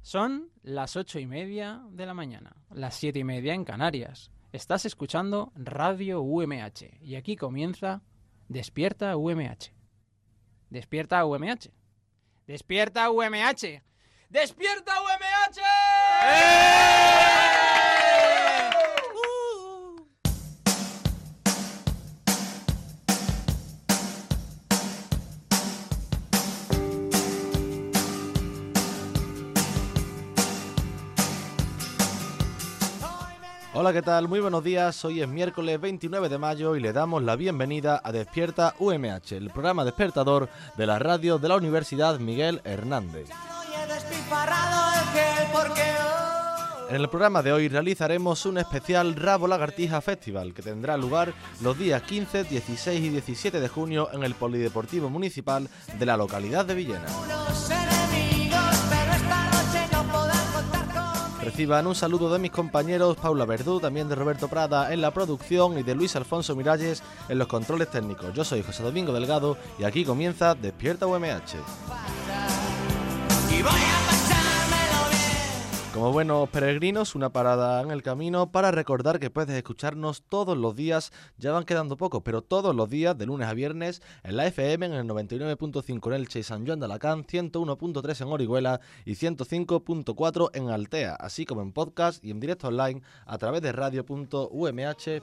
Son las 8:30 de la mañana, las 7:30 en Canarias. Estás escuchando Radio UMH y aquí comienza Despierta UMH. Despierta UMH. Despierta UMH. Despierta UMH. Hola, ¿qué tal? Muy buenos días. Hoy es miércoles 29 de mayo y le damos la bienvenida a Despierta UMH, el programa despertador de la radio de la Universidad Miguel Hernández. En el programa de hoy realizaremos un especial Rabo Lagartija Festival que tendrá lugar los días 15, 16 y 17 de junio en el Polideportivo Municipal de la localidad de Villena. Reciban un saludo de mis compañeros Paula Verdú, también de Roberto Prada en la producción y de Luis Alfonso Miralles en los controles técnicos. Yo soy José Domingo Delgado y aquí comienza Despierta UMH. Como buenos peregrinos, una parada en el camino para recordar que puedes escucharnos todos los días, ya van quedando pocos, pero todos los días, de lunes a viernes, en la FM, en el 99.5 en Elche y San Joan de Alacant, 101.3 en Orihuela y 105.4 en Altea, así como en podcast y en directo online a través de radio.umh.es.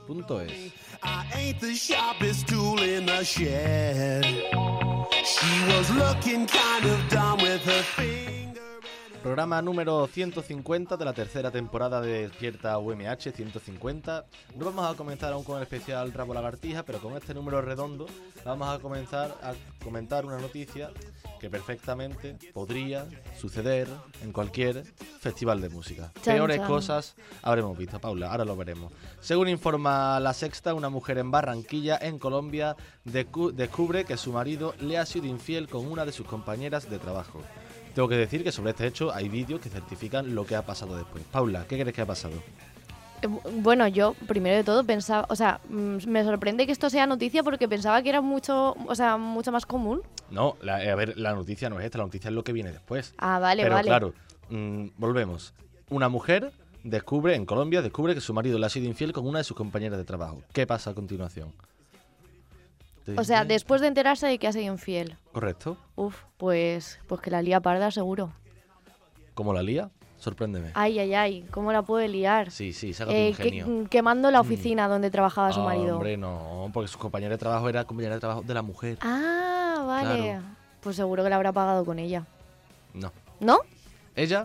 Programa número 150 de la tercera temporada de Despierta UMH, 150. No vamos a comenzar aún con el especial Rabo Lagartija, pero con este número redondo vamos a comenzar a comentar una noticia que perfectamente podría suceder en cualquier festival de música. Peores cosas habremos visto, Paula, ahora lo veremos. Según informa La Sexta, una mujer en Barranquilla, en Colombia, descubre que su marido le ha sido infiel con una de sus compañeras de trabajo. Tengo que decir que sobre este hecho hay vídeos que certifican lo que ha pasado después. Paula, ¿qué crees que ha pasado? Bueno, yo primero de todo pensaba, me sorprende que esto sea noticia porque pensaba que era mucho más común. No, a ver, la noticia no es esta, la noticia es lo que viene después. Ah, vale, Pero vale. claro, volvemos. Una mujer en Colombia descubre que su marido le ha sido infiel con una de sus compañeras de trabajo. ¿Qué pasa a continuación? O sea, después de enterarse de que ha sido infiel. Correcto. Pues que la lía parda seguro. ¿Cómo la lía? Sorpréndeme. Ay, ¿cómo la puede liar? Sí, saca tu ingenio. Quemando la oficina donde trabajaba su marido. Hombre, no, porque su compañera de trabajo era compañera de trabajo de la mujer. Ah, vale. Claro. Pues seguro que la habrá pagado con ella. No. ¿No? Ella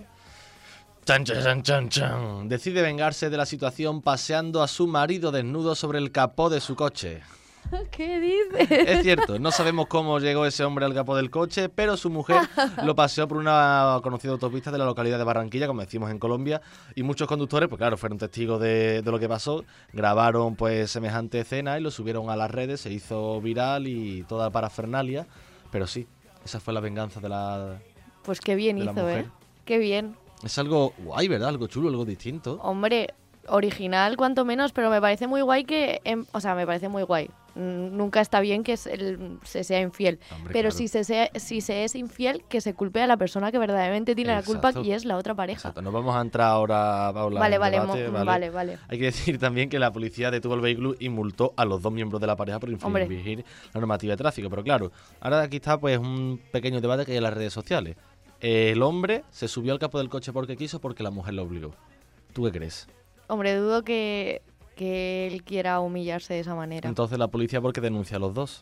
decide vengarse de la situación paseando a su marido desnudo sobre el capó de su coche. ¿Qué dices? Es cierto, no sabemos cómo llegó ese hombre al capó del coche, pero su mujer lo paseó por una conocida autopista de la localidad de Barranquilla, como decimos en Colombia, y muchos conductores, pues claro, fueron testigos de lo que pasó, grabaron pues semejante escena y lo subieron a las redes, se hizo viral y toda parafernalia, pero sí, esa fue la venganza de la Pues qué bien hizo, mujer. Qué bien. Es algo guay, ¿verdad? Algo chulo, algo distinto. Hombre, original cuanto menos, pero me parece muy guay me parece muy guay. Nunca está bien que se sea infiel. Hombre, pero claro. si se es infiel, que se culpe a la persona que verdaderamente tiene Exacto. la culpa y es la otra pareja. Exacto, no vamos a entrar ahora, Paula, Vale, en debate, vale. Hay que decir también que la policía detuvo el vehículo y multó a los dos miembros de la pareja por infringir la normativa de tráfico. Pero claro, ahora aquí está pues un pequeño debate que hay en las redes sociales. El hombre se subió al capó del coche porque quiso, porque la mujer lo obligó. ¿Tú qué crees? Hombre, dudo que él quiera humillarse de esa manera. Entonces la policía, ¿por qué denuncia a los dos?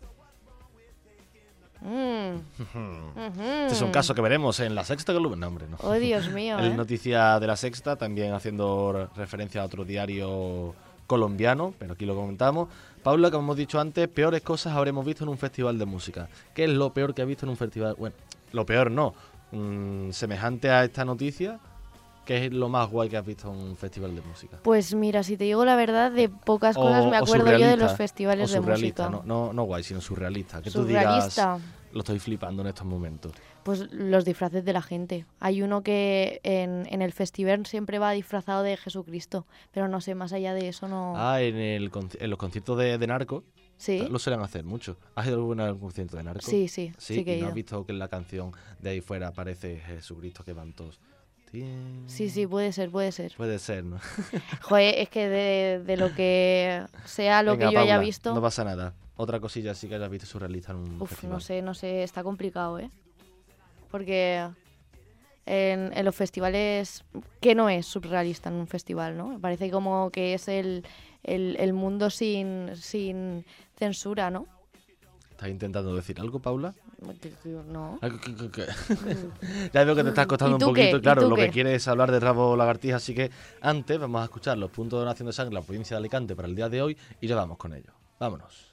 Este es un caso que veremos en La Sexta. No, hombre, no. Oh, Dios mío, El noticia de La Sexta, también haciendo referencia a otro diario colombiano, pero aquí lo comentamos. Paula, como hemos dicho antes, peores cosas habremos visto en un festival de música. ¿Qué es lo peor que has visto en un festival? Bueno, lo peor no. Semejante a esta noticia, ¿qué es lo más guay que has visto en un festival de música? Pues mira, si te digo la verdad, de pocas cosas me acuerdo yo de los festivales de música. No guay, sino surrealista. Que Surrealista. Tú digas, lo estoy flipando en estos momentos. Pues los disfraces de la gente. Hay uno que en el festival siempre va disfrazado de Jesucristo, pero no sé, más allá de eso no... En los conciertos de Narco, ¿Sí? lo suelen hacer mucho. ¿Has ido alguna vez a un concierto de Narco? Sí que he ¿Y no ido. has visto que en la canción de ahí fuera aparece Jesucristo que van todos? Martín. Sí, puede ser. Puede ser, ¿no? Joder, es que de lo que sea lo Venga, que yo haya Paula, visto... no pasa nada. Otra cosilla sí que hayas visto surrealista en un Uf, festival. no sé, está complicado, ¿eh? Porque en los festivales, ¿qué no es surrealista en un festival, no? Me parece como que es el mundo sin censura, ¿no? ¿Estás intentando decir algo, Paula? No. Ya veo que te estás costando ¿Y un tú poquito. qué? ¿Y Claro, tú lo que qué? quieres es hablar de Rabo Lagartija, así que antes vamos a escuchar los puntos de donación de sangre de la provincia de Alicante para el día de hoy y ya vamos con ellos. Vámonos.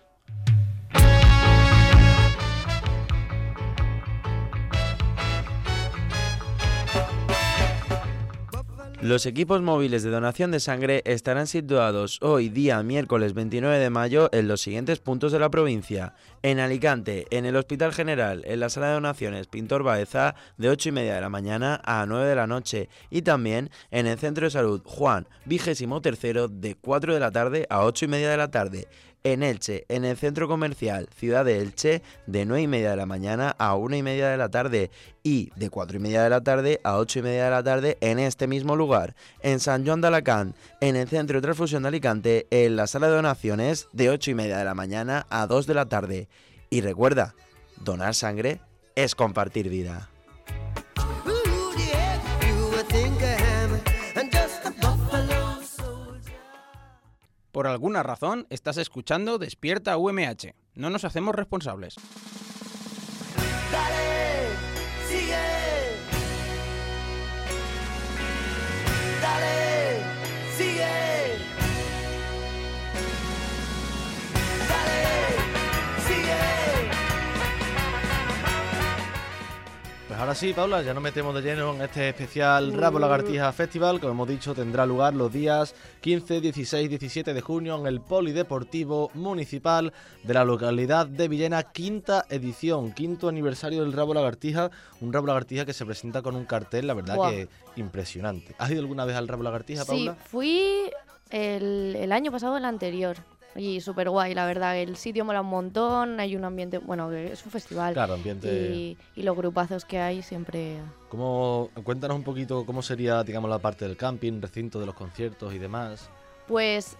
Los equipos móviles de donación de sangre estarán situados hoy, día miércoles 29 de mayo, en los siguientes puntos de la provincia. En Alicante, en el Hospital General, en la Sala de Donaciones Pintor Baeza, de 8:30 de la mañana a 9 de la noche. Y también en el Centro de Salud Juan XXIII, de 4 de la tarde a 8:30 de la tarde. En Elche, en el Centro Comercial Ciudad de Elche, de 9:30 de la mañana a 1:30 de la tarde y de 4:30 de la tarde a 8:30 de la tarde en este mismo lugar. En San Joan de Alacant, en el Centro de Transfusión de Alicante, en la Sala de Donaciones, de 8:30 de la mañana a 2 de la tarde. Y recuerda, donar sangre es compartir vida. Por alguna razón, estás escuchando Despierta UMH. No nos hacemos responsables. Dale, sigue. Dale, sigue. Dale, sigue. Pues ahora sí, Paula, ya nos metemos de lleno en este especial Rabo Lagartija Festival. Como hemos dicho, tendrá lugar los días 15, 16 y 17 de junio en el Polideportivo Municipal de la localidad de Villena, quinta edición, quinto aniversario del Rabo Lagartija. Un Rabo Lagartija que se presenta con un cartel, la verdad Buah. que impresionante. ¿Has ido alguna vez al Rabo Lagartija, Sí, Paula? fui el año pasado, el anterior. Y súper guay, la verdad. El sitio mola un montón, hay un ambiente... Bueno, que es un festival. Claro, ambiente... Y los grupazos que hay siempre... Cuéntanos un poquito cómo sería, digamos, la parte del camping, recinto de los conciertos y demás. Pues,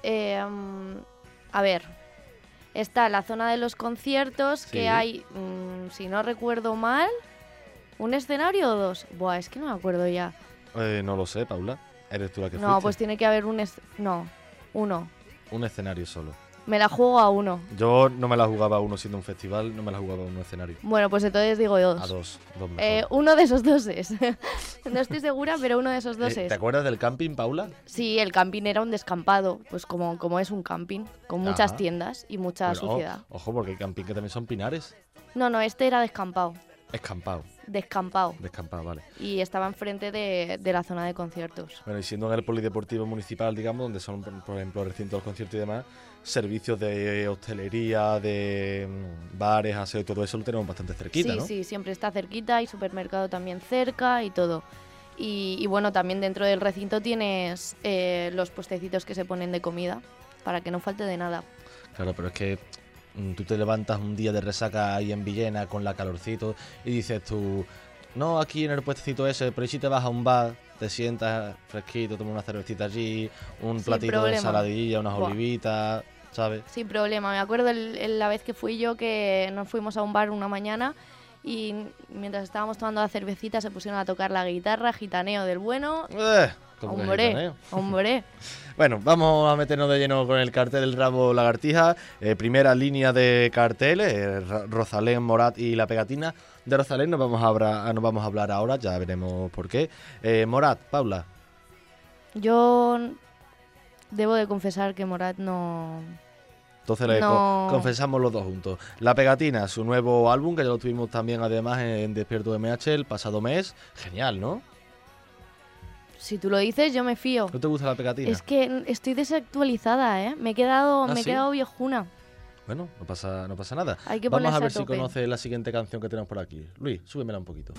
a ver, está la zona de los conciertos, Sí. que hay, si no recuerdo mal, ¿un escenario o dos? Buah, es que no me acuerdo ya. No lo sé, Paula. Eres tú la que No, fuiste. pues tiene que haber no, uno. Un escenario solo. Me la juego a uno. Yo no me la jugaba a uno siendo un festival, no me la jugaba a un escenario. Bueno, pues entonces digo A dos. dos mejor. Uno de esos dos es. No estoy segura, pero uno de esos dos ¿Te es. acuerdas del camping, Paula? Sí, el camping era un descampado, pues como es un camping, con muchas Ajá. tiendas y mucha Bueno, suciedad. Ojo, porque el camping que también son pinares. No, este era descampado. Escampado, Descampado. descampado, vale. Y estaba enfrente de la zona de conciertos. Bueno, y siendo en el polideportivo municipal, digamos, donde son, por ejemplo, recintos de los conciertos y demás, servicios de hostelería, de bares, aseo y todo eso lo tenemos bastante cerquita, Sí, ¿no? sí, siempre está cerquita, y supermercado también cerca y todo. Y bueno, también dentro del recinto tienes los puestecitos que se ponen de comida, para que no falte de nada. Claro, pero es que tú te levantas un día de resaca ahí en Villena con la calorcito y dices tú, no aquí en el puestecito ese, pero ¿y si te vas a un bar, te sientas fresquito, tomas una cervecita allí, un Sin platito de problema. ensaladilla, unas Buah. olivitas, ¿sabes? Sin problema. Me acuerdo la vez que fui yo, que nos fuimos a un bar una mañana y mientras estábamos tomando la cervecita se pusieron a tocar la guitarra, gitaneo del bueno. ¿Cómo que Hombre, gitaneo? hombre. Bueno, vamos a meternos de lleno con el cartel del Rabo Lagartija. Primera línea de carteles, Rosalén, Morat y La Pegatina. De Rosalén nos vamos a hablar ahora, ya veremos por qué. Morat, Paula. Yo debo de confesar que Morat no... Entonces le No. confesamos los dos juntos. La Pegatina, su nuevo álbum, que ya lo tuvimos también además en Despierto MH el pasado mes. Genial, ¿no? Si tú lo dices, yo me fío. ¿No te gusta La Pegatina? Es que estoy desactualizada, ¿eh? Me he quedado ¿Sí? viejuna. Bueno, no pasa nada. Hay que Vamos a ponerse ver a si tope. conoce la siguiente canción que tenemos por aquí. Luis, súbemela un poquito.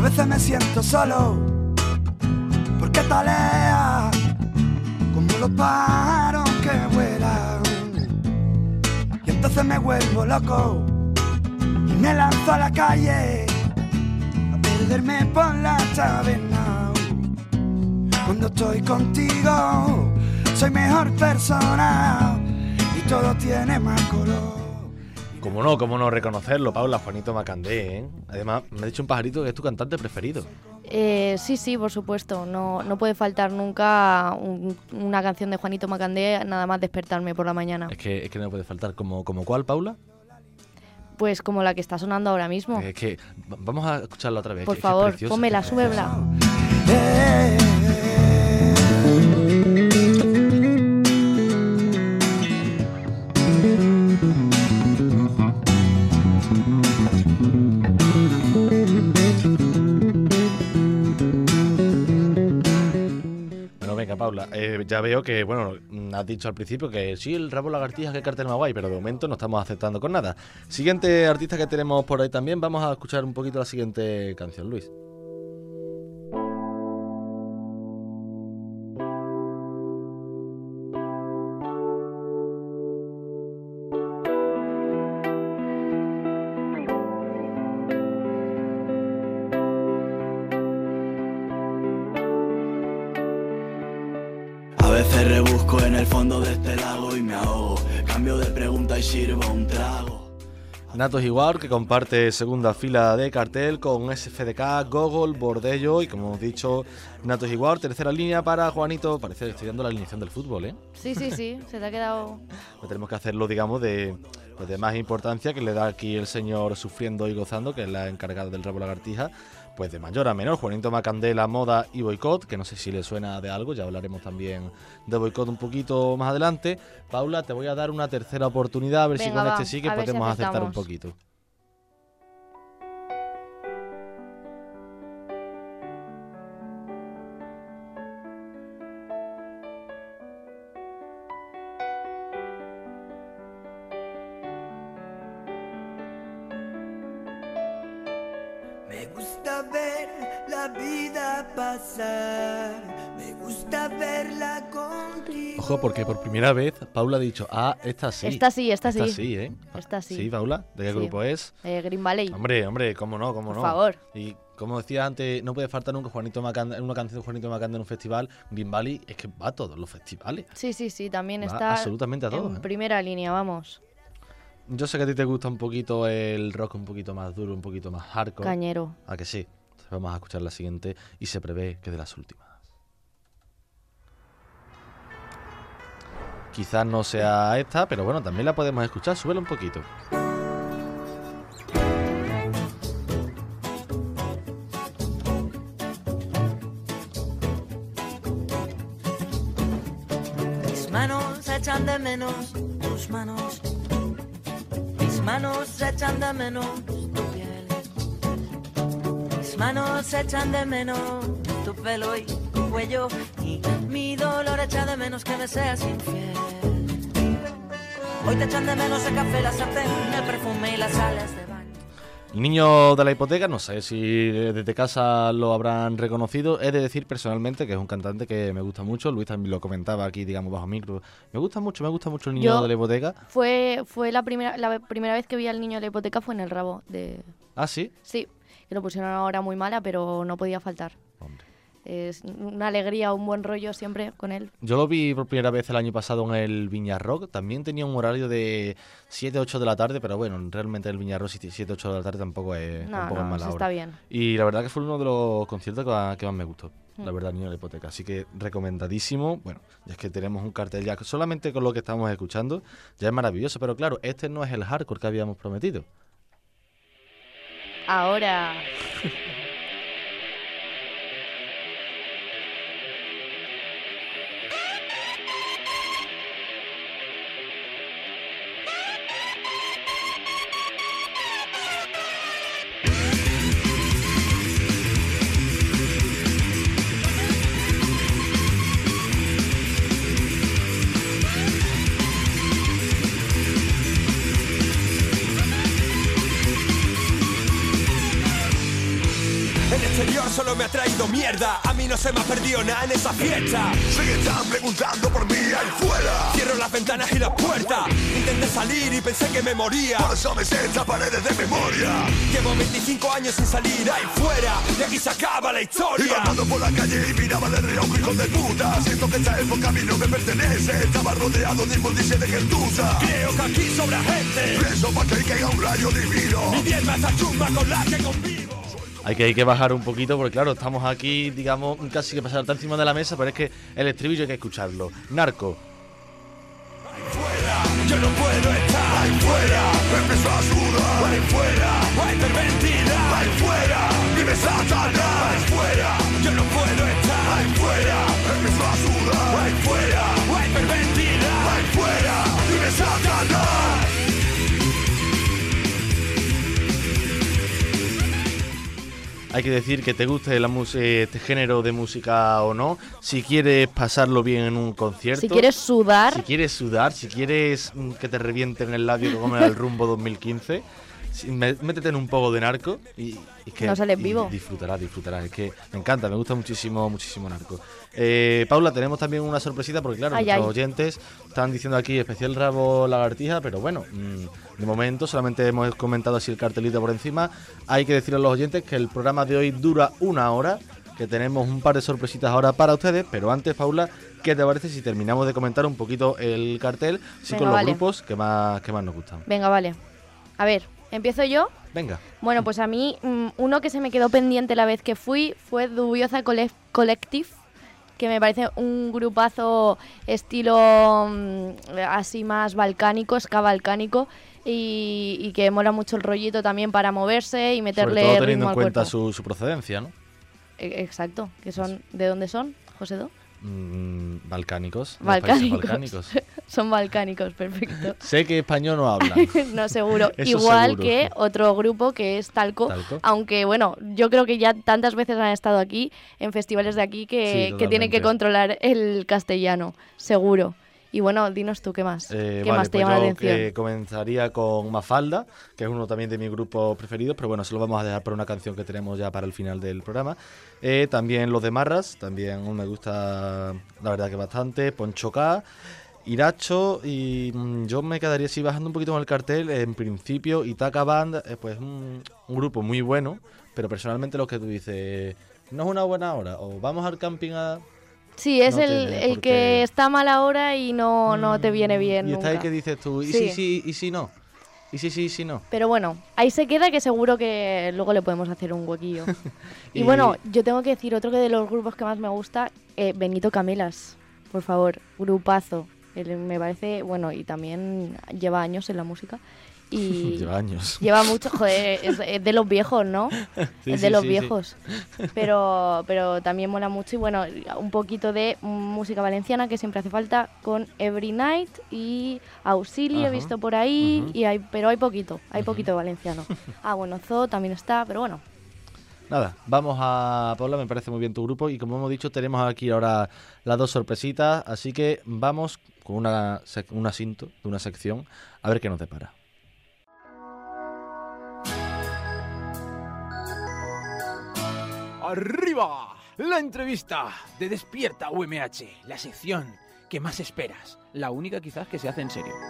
veces me siento solo, porque talea como los pájaros que vuelan. Y entonces me vuelvo loco y me lanzo a la calle a perderme por la taberna. Cuando estoy contigo soy mejor persona y todo tiene más color. Cómo no reconocerlo, Paula, Juanito Macandé, ¿eh? Además, me ha dicho un pajarito que es tu cantante preferido. Sí, por supuesto. No puede faltar nunca una canción de Juanito Macandé nada más despertarme por la mañana. Es que no puede faltar. ¿Como cuál, Paula? Pues como la que está sonando ahora mismo. Es que vamos a escucharla otra vez. Por que favor, es preciosa, pónmela, es preciosa. súbela. Bueno, venga, Paula, ya veo que, bueno, has dicho al principio que sí, el Rabo Lagartijas, que cartel más guay, pero de momento no estamos aceptando con nada. Siguiente artista que tenemos por ahí también, vamos a escuchar un poquito la siguiente canción, Luis. A veces rebusco en el fondo de este lago y me ahogo. Cambio de pregunta y sirvo un trago. Natos Igual, que comparte segunda fila de cartel con SFDK, Gogol, Bordello y, como hemos dicho, Natos Igual, tercera línea para Juanito. Parece que estoy dando la alineación del fútbol, ¿eh? Sí, se te ha quedado... Pues tenemos que hacerlo, digamos, de más importancia, que le da aquí el señor Sufriendo y Gozando, que es la encargada del Rabo Lagartija, pues de mayor a menor. Juanito Macandé, La Moda y Boicot, que no sé si le suena de algo, ya hablaremos también de Boicot un poquito más adelante. Paula, te voy a dar una tercera oportunidad, a ver si Venga, con va, este sí que a ver si podemos aceptar un acertamos. poquito. Me gusta ver la vida pasar, me gusta verla contigo. Ojo, porque por primera vez Paula ha dicho, esta sí. Esta sí, Esta sí, ¿eh? Esta sí. Sí, Paula, ¿de qué Sí. grupo es? Green Valley. Hombre, cómo no. Por favor. Y como decía antes, no puede faltar nunca Juanito Macandé, una canción de Juanito Macandé en un festival. Green Valley es que va a todos los festivales. Sí, también Va está absolutamente a todos, en ¿eh? primera línea, vamos. Yo sé que a ti te gusta un poquito el rock un poquito más duro, un poquito más hardcore. Cañero. ¿A que sí? Entonces vamos a escuchar la siguiente y se prevé que de las últimas. Quizás no sea esta, pero bueno, también la podemos escuchar. Súbela un poquito. Mis manos echan de menos tus manos, mis manos echan de menos tu piel, mis manos echan de menos tu pelo y tu cuello, y mi dolor echa de menos que me seas infiel. Hoy te echan de menos el café, la sartén, el perfume y las sales de baño. El niño de la hipoteca, no sé si desde casa lo habrán reconocido. He de decir personalmente que es un cantante que me gusta mucho. Luis también lo comentaba aquí, digamos, bajo micro. Me gusta mucho el niño Yo- de la hipoteca. Fue la primera vez que vi al niño de la hipoteca fue en el Rabo. Ah, sí. Sí, que lo pusieron ahora muy mala, pero no podía faltar. Hombre. Es una alegría, un buen rollo siempre con él. Yo lo vi por primera vez el año pasado en el Viña Rock. También tenía un horario de 7, 8 de la tarde, pero bueno, realmente el Viña Rock 7, 8 de la tarde tampoco es No, mala eso hora. está bien. Y la verdad que fue uno de los conciertos que más me gustó. Mm. La verdad, el niño de la hipoteca. Así que recomendadísimo. Bueno, ya es que tenemos un cartel ya. Solamente con lo que estamos escuchando ya es maravilloso. Pero claro, este no es el hardcore que habíamos prometido. Ahora... El exterior solo me ha traído mierda. A mí no se me ha perdido nada en esa fiesta. Sigue están preguntando por mí ahí fuera. Cierro las ventanas y las puertas. Intenté salir y pensé que me moría. Por eso me sé estas paredes de memoria. Llevo 25 años sin salir ahí fuera. Y aquí se acaba la historia. Iba andando por la calle y miraba de reojo, hijo de puta. Siento que esta época a mí no me pertenece. Estaba rodeado de inmundicia de gentuza. Creo que aquí sobra gente. Preso para que caiga un rayo divino. Mi diezma esta chumba con la que convivo. Hay que bajar un poquito porque claro, estamos aquí, digamos, casi que pasar encima de la mesa, pero es que el estribillo hay que escucharlo. Narco. Ahí fuera, yo no puedo estar. Ahí fuera, empezó a sudar. Ahí fuera, a hiperventilar. Ahí fuera, vive Satanás. Ahí fuera, yo no puedo estar. Ahí fuera, empezó a sudar. Ahí fuera, a hiperventilar. Ahí fuera, vive Satanás. Hay que decir que te guste este género de música o no, si quieres pasarlo bien en un concierto. Si quieres sudar. Si quieres que te revienten el labio como en el Rumbo 2015, métete en un poco de Narco y que no sales vivo. Disfrutarás. Es que me encanta, me gusta muchísimo Narco. Paula, tenemos también una sorpresita porque claro, nuestros oyentes están diciendo aquí especial Rabo Lagartija, pero bueno, de momento solamente hemos comentado así el cartelito por encima. Hay que decirle a los oyentes que el programa de hoy dura 1 hora, que tenemos un par de sorpresitas ahora para ustedes, pero antes, Paula, ¿qué te parece si terminamos de comentar un poquito el cartel, con los grupos que más nos gustan? Venga, vale. A ver, ¿empiezo yo? Venga. Bueno, pues a mí uno que se me quedó pendiente la vez que fui fue Dubiosa Collective, que me parece un grupazo estilo así más balcánico, ska balcánico, y que mola mucho el rollito también para moverse y meterle sobre todo teniendo ritmo en cuenta al cuerpo. su procedencia, ¿no? Exacto, que son ¿de dónde son, José Do? Balcánicos. Balcánicos. Son balcánicos, perfecto. Sé que español no hablan. No, seguro. Eso Igual seguro. que otro grupo que es Talco, aunque bueno, yo creo que ya tantas veces han estado aquí, en festivales de aquí, que tienen que controlar el castellano, seguro. Y bueno, dinos tú, ¿qué más? ¿Qué más te llama la atención? Comenzaría con Mafalda, que es uno también de mis grupos preferidos, pero bueno, se lo vamos a dejar para una canción que tenemos ya para el final del programa. También los de Marras, también me gusta, la verdad que bastante. Poncho K, Iracho, y yo me quedaría así bajando un poquito con el cartel. En principio, Itaca Band, pues un grupo muy bueno, pero personalmente lo que tú dices, no es una buena hora, o vamos al camping a... Sí, es el que está mal ahora y no te viene bien. Y nunca. está ahí que dices tú, ¿y sí. sí, y si no? ¿Y si no? Pero bueno, ahí se queda, que seguro que luego le podemos hacer un huequillo. y bueno, yo tengo que decir otro que de los grupos que más me gusta, Benito Camelas, por favor, grupazo. Me parece, bueno, y también lleva años en la música. Y lleva años. Lleva mucho, joder, es de los viejos, ¿no? Sí, es de los viejos. Sí. Pero también mola mucho. Y bueno, un poquito de música valenciana que siempre hace falta, con Every Night y Auxili, he visto por ahí, pero hay poquito valenciano. Bueno, Zoo también está, pero bueno. Nada, vamos a Paula, me parece muy bien tu grupo y como hemos dicho tenemos aquí ahora las dos sorpresitas, así que vamos con un asinto de una sección a ver qué nos depara. ¡Arriba! La entrevista de Despierta UMH, la sección que más esperas, la única quizás que se hace en serio.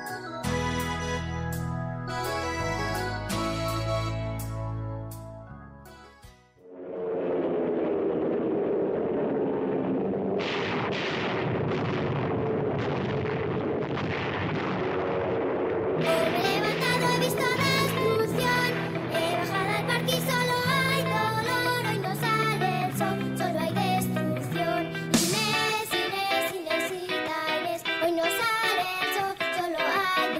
Hoy no sale el sol, solo hay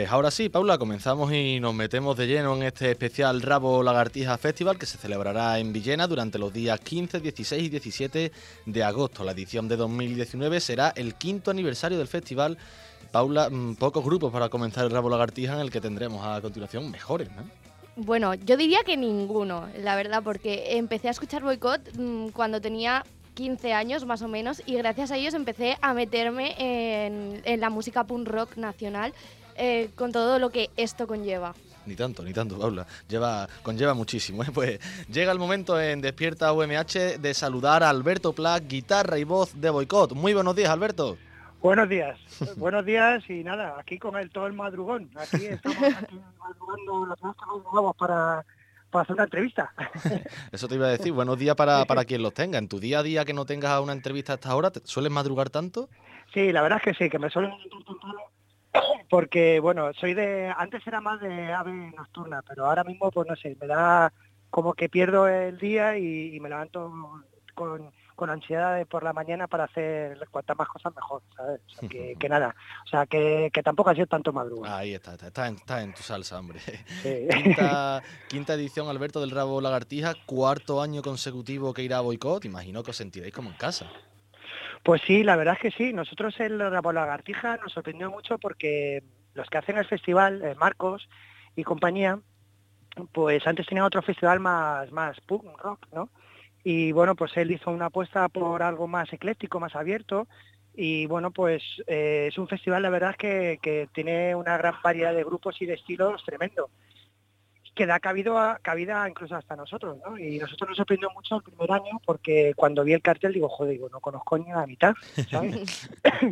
Pues ahora sí, Paula, comenzamos y nos metemos de lleno en este especial Rabo Lagartija Festival que se celebrará en Villena durante los días 15, 16 y 17 de agosto. La edición de 2019 será el 5º aniversario del festival. Paula, pocos grupos para comenzar el Rabo Lagartija, en el que tendremos a continuación mejores, ¿no? Bueno, yo diría que ninguno, la verdad, porque empecé a escuchar Boicot cuando tenía 15 años más o menos, y gracias a ellos empecé a meterme en la música punk rock nacional, con todo lo que esto conlleva. Ni tanto, Paula. Conlleva muchísimo, ¿eh? Pues llega el momento en Despierta UMH de saludar a Alberto Plac, guitarra y voz de Boicot. Muy buenos días, Alberto. Buenos días y nada, aquí con todo el madrugón. Aquí estamos madrugando los nuevos para hacer una entrevista. Eso te iba a decir, buenos días para quien los tenga. En tu día a día que no tengas una entrevista a esta hora, ¿sueles madrugar tanto? Sí, la verdad es que sí, que me suelen levantar temprano, porque bueno, antes era más de ave nocturna, pero ahora mismo pues no sé, me da como que pierdo el día y me levanto con ansiedad por la mañana para hacer cuantas más cosas mejor, ¿sabes? O sea, que nada, o sea, que tampoco ha sido tanto madrugar. Ahí está en tu salsa, hombre. Sí. Quinta edición, Alberto, del Rabo Lagartija, 4º año consecutivo que irá a Boicot. Imagino que os sentiréis como en casa. Pues sí, la verdad es que sí. Nosotros el Rabo Lagartija nos sorprendió mucho porque los que hacen el festival, Marcos y compañía, pues antes tenían otro festival más punk rock, ¿no? Y bueno, pues él hizo una apuesta por algo más ecléctico, más abierto, y bueno, pues es un festival, la verdad, que tiene una gran variedad de grupos y de estilos tremendo, que da cabida incluso hasta nosotros, ¿no? Y nosotros nos sorprendió mucho el primer año porque cuando vi el cartel digo, no conozco ni a la mitad, ¿sabes?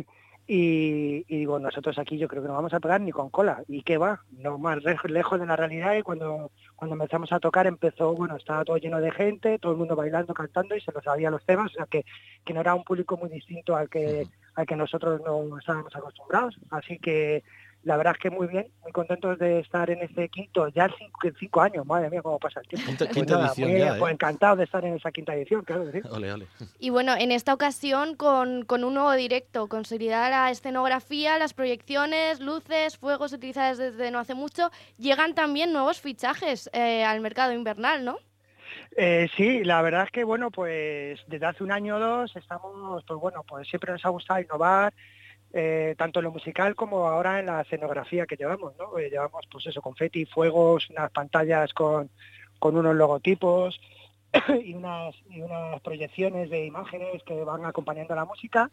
Y digo, nosotros aquí yo creo que no vamos a pegar ni con cola. ¿Y qué va? No más lejos de la realidad. Y cuando empezamos a tocar estaba todo lleno de gente, todo el mundo bailando, cantando y se lo sabía los temas. O sea que no era un público muy distinto al que nosotros no estábamos acostumbrados. Así que la verdad es que muy bien, muy contentos de estar en este quinto, ya en 5 años, madre mía, cómo pasa el tiempo. Quinta edición muy ya, pues encantado de estar en esa quinta edición, claro que sí. Ole. Y bueno, en esta ocasión con un nuevo directo, consolidar la escenografía, las proyecciones, luces, fuegos utilizados desde no hace mucho, llegan también nuevos fichajes al mercado invernal, ¿no? Sí, la verdad es que pues desde hace 1 año o 2 estamos, pues siempre nos ha gustado innovar, tanto en lo musical como ahora en la escenografía que llevamos, ¿no? Llevamos pues eso, confeti, fuegos, unas pantallas con unos logotipos y unas proyecciones de imágenes que van acompañando la música.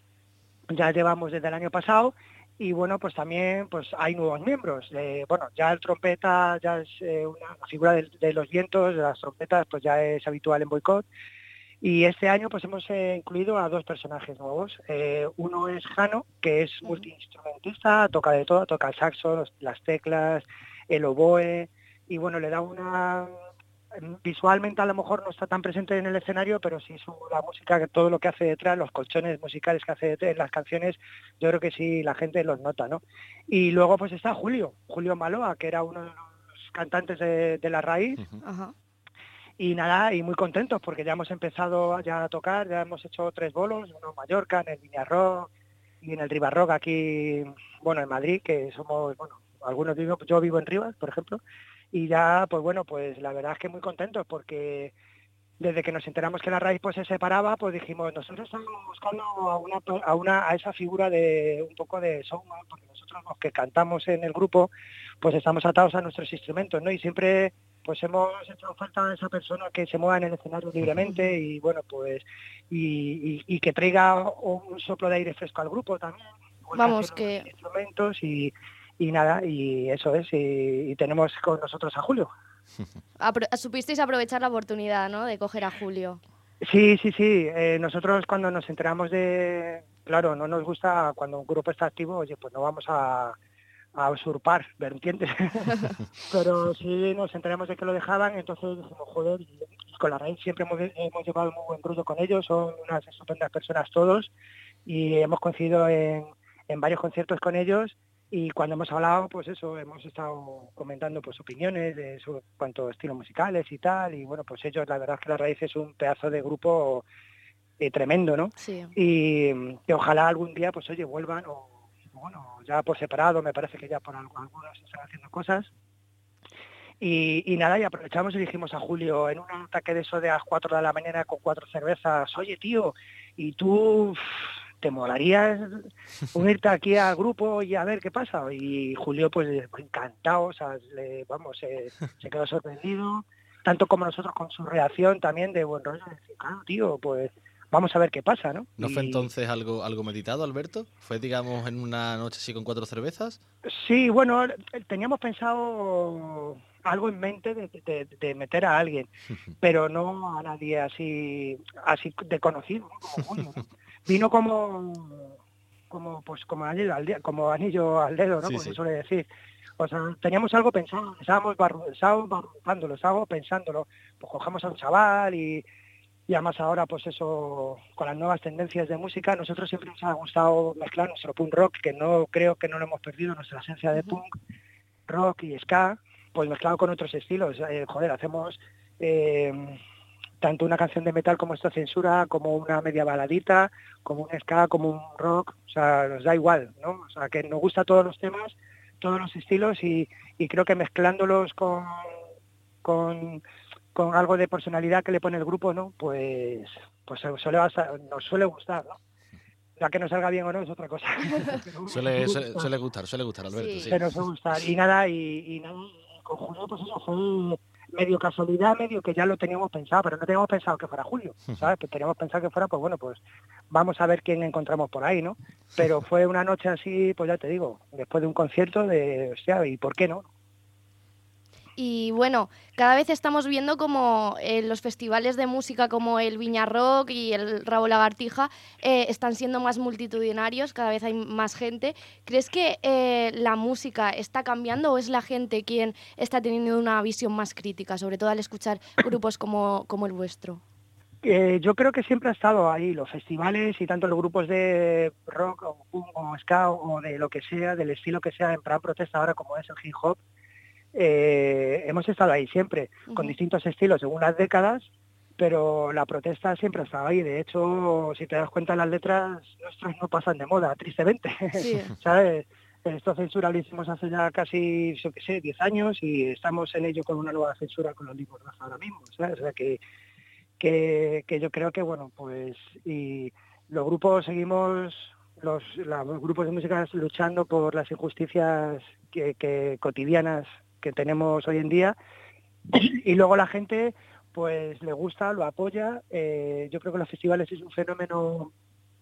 Ya llevamos desde el año pasado y bueno, pues también pues hay nuevos miembros. Ya el trompeta ya es la figura de los vientos, de las trompetas, pues ya es habitual en Boicot. Y este año pues hemos incluido a 2 personajes nuevos. Uno es Jano, que es multiinstrumentista, toca de todo, toca el saxo, las teclas, el oboe, y bueno, le da visualmente a lo mejor no está tan presente en el escenario, pero sí la música, todo lo que hace detrás, los colchones musicales que hace detrás, las canciones, yo creo que sí la gente los nota, ¿no? Y luego pues está Julio Maloa, que era uno de los cantantes de La Raíz. Ajá. Y nada, y muy contentos porque ya hemos empezado ya a tocar, ya hemos hecho 3 bolos, uno en Mallorca, en el Viñarrock y en el Ribarrock aquí, en Madrid, que somos, algunos yo vivo en Rivas, por ejemplo, y ya, pues la verdad es que muy contentos porque desde que nos enteramos que La Raíz pues se separaba, pues dijimos, nosotros estamos buscando a esa figura de un poco de showman, porque nosotros los que cantamos en el grupo, pues estamos atados a nuestros instrumentos, ¿no? Y siempre pues hemos hecho falta a esa persona que se mueva en el escenario libremente y y que traiga un soplo de aire fresco al grupo también. Vamos, que instrumentos y nada, y eso es, y tenemos con nosotros a Julio. Supisteis aprovechar la oportunidad, ¿no?, de coger a Julio. Sí. Nosotros cuando nos enteramos claro, no nos gusta cuando un grupo está activo, oye, pues no vamos a usurpar vertientes. Pero sí nos enteramos de que lo dejaban, entonces dijimos, joder, y con La Raíz siempre hemos llevado muy buen rollo con ellos, son unas estupendas personas todos, y hemos coincidido en varios conciertos con ellos, y cuando hemos hablado, pues eso, hemos estado comentando pues opiniones de cuanto a estilos musicales y tal, y bueno, pues ellos, la verdad es que La Raíz es un pedazo de grupo tremendo, ¿no? Sí. Y que ojalá algún día, pues oye, vuelvan o pues bueno, ya por separado, me parece que ya por algunos están haciendo cosas. Y nada, y aprovechamos y dijimos a Julio, en un ataque de eso de las 4 de la mañana con 4 cervezas, oye tío, ¿y tú te molaría unirte aquí al grupo y a ver qué pasa? Y Julio pues encantado, o sea, se quedó sorprendido, tanto como nosotros con su reacción también de buen rollo, de decir, claro tío, pues vamos a ver qué pasa, ¿no? ¿No fue entonces algo meditado, Alberto? ¿Fue, digamos, en una noche así con 4 cervezas? Sí, bueno, teníamos pensado algo en mente de meter a alguien, pero no a nadie así de conocido, ¿no? Como Julio, ¿no? Vino como anillo al dedo, ¿no? Sí, Como sí. se suele decir. O sea, teníamos algo pensado, estábamos pensándolo. Pues cogemos a un chaval y además ahora, pues eso, con las nuevas tendencias de música, nosotros siempre nos ha gustado mezclar nuestro punk rock, que no creo que no lo hemos perdido, nuestra esencia de punk, rock y ska, pues mezclado con otros estilos. Hacemos tanto una canción de metal como esta censura, como una media baladita, como un ska, como un rock, o sea, nos da igual, ¿no? O sea, que nos gusta todos los temas, todos los estilos y creo que mezclándolos con algo de personalidad que le pone el grupo, ¿no? Pues nos suele gustar, ¿no? Ya que nos salga bien o no es otra cosa. Suele gustar, Alberto, Sí. sí. Pero suele gustar. Y nada, con Julio, pues eso fue medio casualidad, medio que ya lo teníamos pensado, pero no teníamos pensado que fuera Julio, ¿sabes? Pues teníamos pensado que fuera, pues bueno, pues vamos a ver quién encontramos por ahí, ¿no? Pero fue una noche así, pues ya te digo, después de un concierto de, hostia, ¿y por qué no? Y bueno, cada vez estamos viendo como los festivales de música como el Viña Rock y el Rabo Lagartija están siendo más multitudinarios, cada vez hay más gente. ¿Crees que la música está cambiando o es la gente quien está teniendo una visión más crítica, sobre todo al escuchar grupos como el vuestro? Yo creo que siempre ha estado ahí, los festivales y tanto los grupos de rock o punk o ska o de lo que sea, del estilo que sea, en plan protesta ahora como es el hip hop, hemos estado ahí siempre, con distintos estilos según las décadas, pero la protesta siempre ha estado ahí. De hecho, si te das cuenta, las letras nuestras no pasan de moda, tristemente. Sí. ¿Sabes? Esta censura lo hicimos hace ya casi, yo qué sé, 10 años y estamos en ello con una nueva censura con los libros ahora mismo, ¿sabes? O sea que yo creo que, bueno, pues, y los grupos seguimos, los grupos de música luchando por las injusticias que cotidianas que tenemos hoy en día, y luego la gente pues le gusta, lo apoya. Yo creo que los festivales es un fenómeno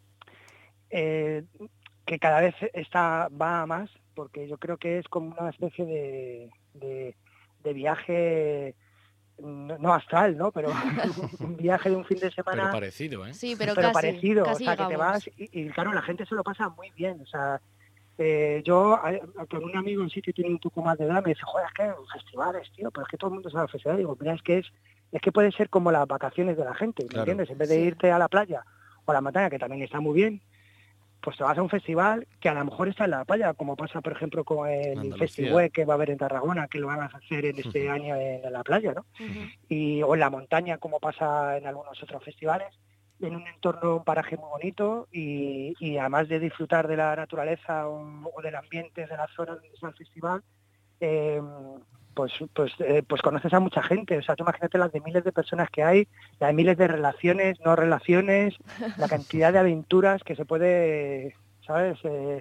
que cada vez va a más, porque yo creo que es como una especie de viaje, no astral, ¿no? Pero un viaje de un fin de semana. Pero parecido, ¿eh? Sí, pero pero casi, parecido, casi o sea, que te llegamos. vas y claro, la gente se lo pasa muy bien, o sea, yo con un amigo en sitio tiene un poco más de edad, me dice, joder, es que festivales, tío, pero es que todo el mundo sabe festivales. Digo, mira, es que puede ser como las vacaciones de la gente, ¿me Claro. entiendes? En vez de Sí. irte a la playa o a la montaña, que también está muy bien, pues te vas a un festival que a lo mejor está en la playa, como pasa, por ejemplo, con el Andalucía. Festiweb que va a haber en Tarragona, que lo van a hacer en este año en la playa, ¿no? O en la montaña, como pasa en algunos otros festivales, en un entorno, un paraje muy bonito y además de disfrutar de la naturaleza o del ambiente de la zona donde está el festival, pues conoces a mucha gente. O sea, tú imagínate las de miles de personas que hay, las de miles de relaciones, no relaciones, la cantidad de aventuras que se puede, ¿sabes?,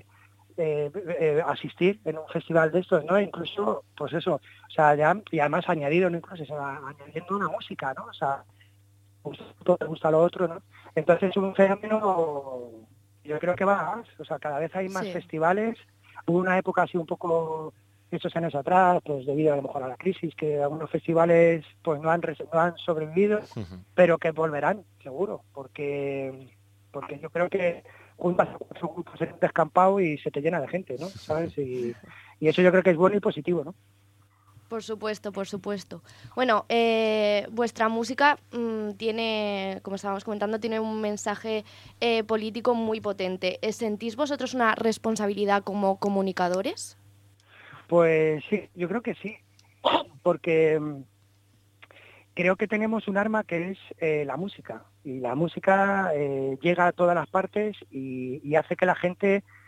asistir en un festival de estos, ¿no? Incluso, pues eso, o sea, ya, y además añadido, ¿no? Incluso, o sea, añadiendo una música, ¿no? O sea, te gusta lo otro, ¿no? Entonces es un fenómeno, yo creo que va a más, o sea, cada vez hay más Sí. festivales. Hubo una época así un poco, estos años atrás, pues debido a lo mejor a la crisis, que algunos festivales pues no han sobrevivido, pero que volverán, seguro, porque yo creo que juntas a 4 grupos en un descampado y se te llena de gente, ¿no? ¿Sabes? Y eso yo creo que es bueno y positivo, ¿no? Por supuesto, por supuesto. Bueno, vuestra música tiene, como estábamos comentando, tiene un mensaje político muy potente. ¿Sentís vosotros una responsabilidad como comunicadores? Pues sí, yo creo que sí, porque creo que tenemos un arma que es la música, y la música llega a todas las partes y hace que la gente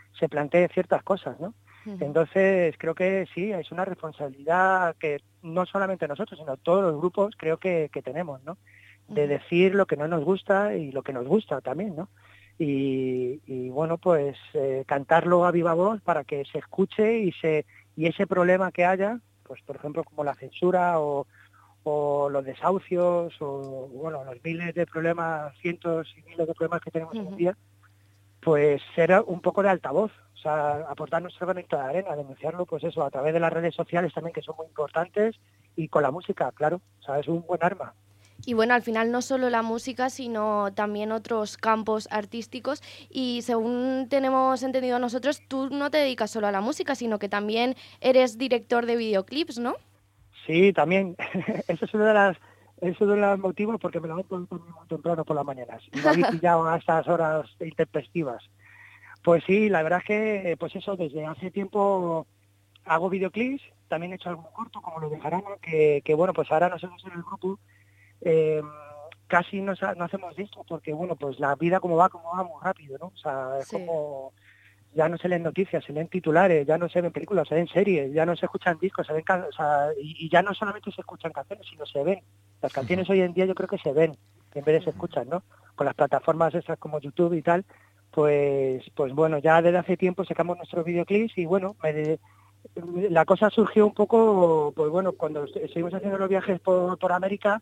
se plantee ciertas cosas, ¿no? Entonces creo que sí, es una responsabilidad que no solamente nosotros, sino todos los grupos creo que tenemos, ¿no? De decir lo que no nos gusta y lo que nos gusta también, ¿no? Y bueno, pues cantarlo a viva voz para que se escuche y ese problema que haya, pues por ejemplo como la censura o los desahucios o bueno, los miles de problemas, cientos y miles de problemas que tenemos hoy en día, pues ser un poco de altavoz, o sea, aportar nuestro granito de arena, denunciarlo, pues eso, a través de las redes sociales también, que son muy importantes, y con la música, claro, o sea, es un buen arma. Y bueno, al final no solo la música, sino también otros campos artísticos, y según tenemos entendido nosotros, tú no te dedicas solo a la música, sino que también eres director de videoclips, ¿no? Sí, también, eso es uno de los motivos porque me levanto muy temprano por las mañanas y me habéis pillado a estas horas intempestivas. Pues sí, la verdad es que, pues eso, desde hace tiempo hago videoclips, también he hecho algún corto, como lo de Jarama, que bueno, pues ahora nosotros en el grupo casi no hacemos discos porque, bueno, pues la vida como va muy rápido, ¿no? O sea, es como... Ya no se leen noticias, se leen titulares, ya no se ven películas, se ven series, ya no se escuchan discos, se ven y ya no solamente se escuchan canciones, sino se ven. Las canciones hoy en día yo creo que se ven, en vez de se escuchan, ¿no? Con las plataformas estas como YouTube y tal, pues bueno, ya desde hace tiempo sacamos nuestros videoclips y bueno, la cosa surgió un poco, pues bueno, cuando seguimos haciendo los viajes por América,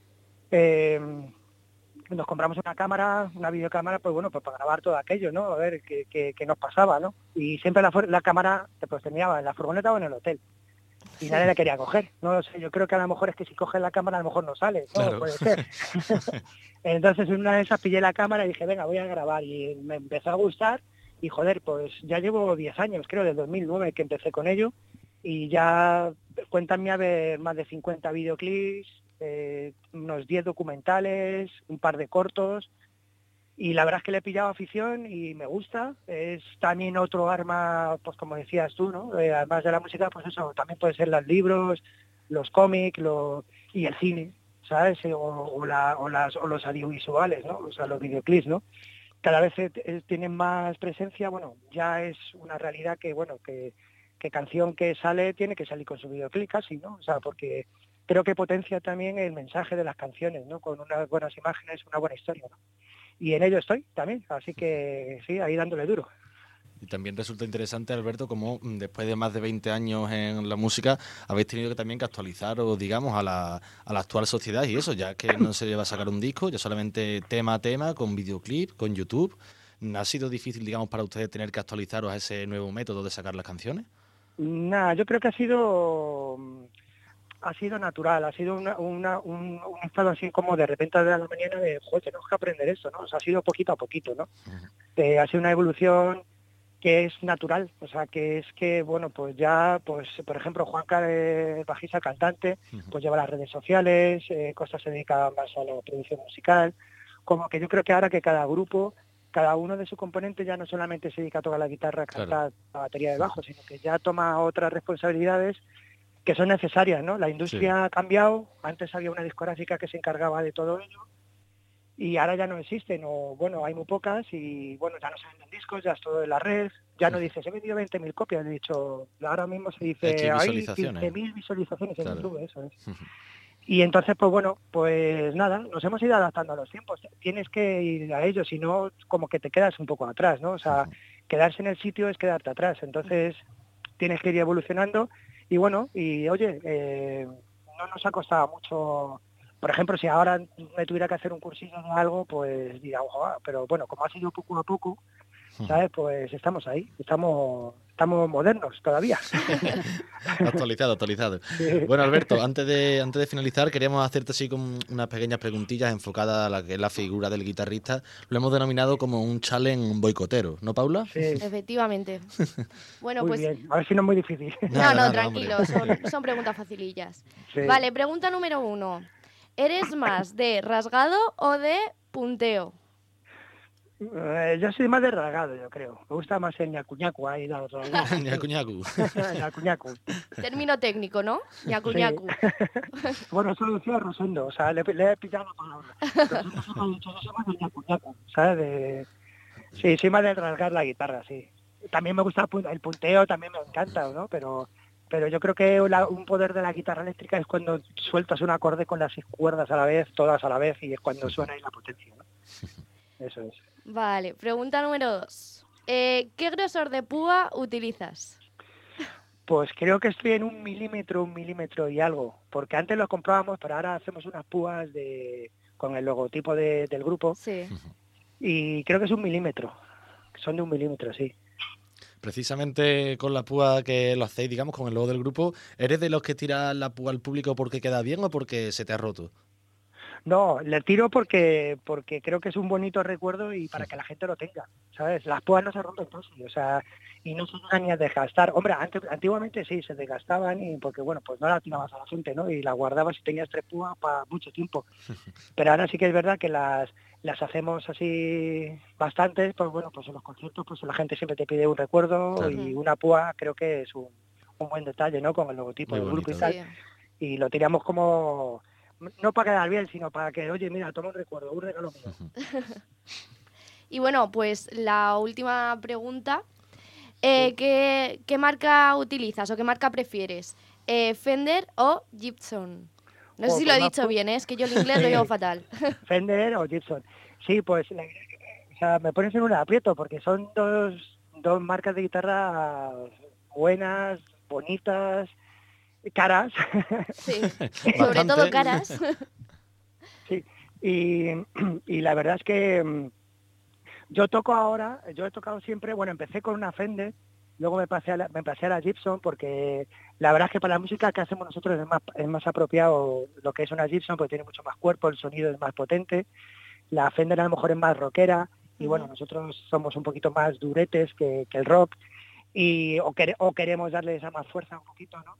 nos compramos una videocámara, pues bueno, pues para grabar todo aquello, ¿no? A ver qué nos pasaba, ¿no? Y siempre la cámara pues tenía en la furgoneta o en el hotel. Y nadie la quería coger. No lo sé, yo creo que a lo mejor es que si coges la cámara a lo mejor no sale, ¿no? Claro. Puede ser. Entonces en una de esas pillé la cámara y dije, venga, voy a grabar. Y me empezó a gustar y joder, pues ya llevo 10 años, creo, desde 2009 que empecé con ello. Y ya cuéntame a ver más de 50 videoclips, unos 10 documentales, un par de cortos, y la verdad es que le he pillado afición y me gusta. Es también otro arma, pues como decías tú, ¿no? Además de la música, pues eso, también pueden ser los libros, los cómics y el cine, ¿sabes? O los audiovisuales, ¿no? O sea, los videoclips, ¿no? Cada vez tienen más presencia. Bueno, ya es una realidad que, bueno, que canción que sale tiene que salir con su videoclip casi, ¿no? O sea, porque creo que potencia también el mensaje de las canciones, ¿no? Con unas buenas imágenes, una buena historia, ¿no? Y en ello estoy también, así que sí, ahí dándole duro. Y también resulta interesante, Alberto, como después de más de 20 años en la música habéis tenido que también que actualizaros, digamos, a la actual sociedad y eso, ya que no se va a sacar un disco, ya solamente tema a tema, con videoclip, con YouTube. ¿Ha sido difícil, digamos, para ustedes tener que actualizaros a ese nuevo método de sacar las canciones? Nada, yo creo que ha sido natural, ha sido un estado así como de repente de la mañana de, joder, tenemos que aprender esto, ¿no? O sea, ha sido poquito a poquito, ¿no? Ha sido una evolución que es natural, o sea, que es que, bueno, pues ya, pues, por ejemplo, Juanca, el bajista cantante, pues lleva las redes sociales, Costa se dedica más a la producción musical, como que yo creo que ahora que cada grupo, cada uno de sus componentes ya no solamente se dedica a tocar la guitarra, a cantar la batería de bajo, sino que ya toma otras responsabilidades que son necesarias, ¿no? La industria ha cambiado, antes había una discográfica que se encargaba de todo ello y ahora ya no existen, o bueno, hay muy pocas y bueno, ya no se venden discos, ya es todo en la red, ya no dices, he vendido 20.000 copias, he dicho, ahora mismo se dice, hay 15.000 visualizaciones en YouTube, eso es. Y entonces, pues bueno, pues nada, nos hemos ido adaptando a los tiempos, tienes que ir a ello, si no, como que te quedas un poco atrás, ¿no? O sea, quedarse en el sitio es quedarte atrás, entonces tienes que ir evolucionando. Y bueno, y oye, no nos ha costado mucho. Por ejemplo, si ahora me tuviera que hacer un cursillo de algo, pues diría, ojo, pero bueno, como ha sido poco a poco, ¿sabes? Pues estamos ahí, estamos modernos todavía. Actualizado. Sí. Bueno, Alberto, antes de finalizar, queríamos hacerte así con unas pequeñas preguntillas enfocadas a la que es la figura del guitarrista. Lo hemos denominado como un challenge boicotero, ¿no, Paula? Sí. Efectivamente. Bueno, muy pues bien. A ver si no es muy difficil. No, tranquilo, son preguntas facilillas. Sí. Vale, pregunta número 1. ¿Eres más de rasgado o de punteo? Yo soy más de rasgado, yo creo. Me gusta más el ñacuñacu ahí. Ñacuñacu. Ñacuñacu. Término técnico, ¿no? Ñacuñacu. Sí. Bueno, eso lo decía Rosendo, o sea, le he pillado la palabra. Rosendo se me ha dicho, yo soy más de ñacuñacu, ¿sabes? Sí, soy más de rasgar la guitarra, sí. también me gusta el punteo, también me encanta, ¿no? Pero yo creo que un poder de la guitarra eléctrica es cuando sueltas un acorde con las 6 cuerdas a la vez, todas a la vez, y es cuando suena ahí la potencia, ¿no? Eso es. Vale, pregunta número 2. ¿Qué grosor de púa utilizas? Pues creo que estoy en 1 milímetro y algo, porque antes lo comprábamos, pero ahora hacemos unas púas con el logotipo del grupo, sí. Y creo que es 1 milímetro, son de 1 milímetro, sí. Precisamente con la púa que lo hacéis, digamos, con el logo del grupo, ¿eres de los que tiras la púa al público porque queda bien o porque se te ha roto? No, le tiro porque creo que es un bonito recuerdo y para que la gente lo tenga, ¿sabes? Las púas no se rompen fácil, o sea, y no se llegan ni a desgastar. Hombre, antiguamente sí, se desgastaban y porque, bueno, pues no la tirabas a la gente, ¿no? Y la guardabas y tenías 3 púas para mucho tiempo. Pero ahora sí que es verdad que las hacemos así bastantes, pues bueno, pues en los conciertos pues la gente siempre te pide un recuerdo, claro. Y una púa creo que es un buen detalle, ¿no? Con el logotipo del grupo y tal. Sí. Y lo tiramos como... no para quedar bien, sino para que, oye, mira, toma un recuerdo, un regalo mío. Y bueno, pues la última pregunta, ¿qué marca utilizas o qué marca prefieres? ¿Fender o Gibson? No sé si lo he dicho bien, es que yo el inglés lo llevo fatal. Fender o Gibson. Sí, pues o sea, me pones en un aprieto porque son dos marcas de guitarra buenas, bonitas, caras. Sí, sobre todo caras. Sí, y la verdad es que yo he tocado siempre, bueno, empecé con una Fender, luego me pasé a la Gibson porque la verdad es que para la música que hacemos nosotros es más apropiado lo que es una Gibson porque tiene mucho más cuerpo, el sonido es más potente, la Fender a lo mejor es más rockera y bueno, nosotros somos un poquito más duretes que el rock o queremos darle esa más fuerza un poquito, ¿no?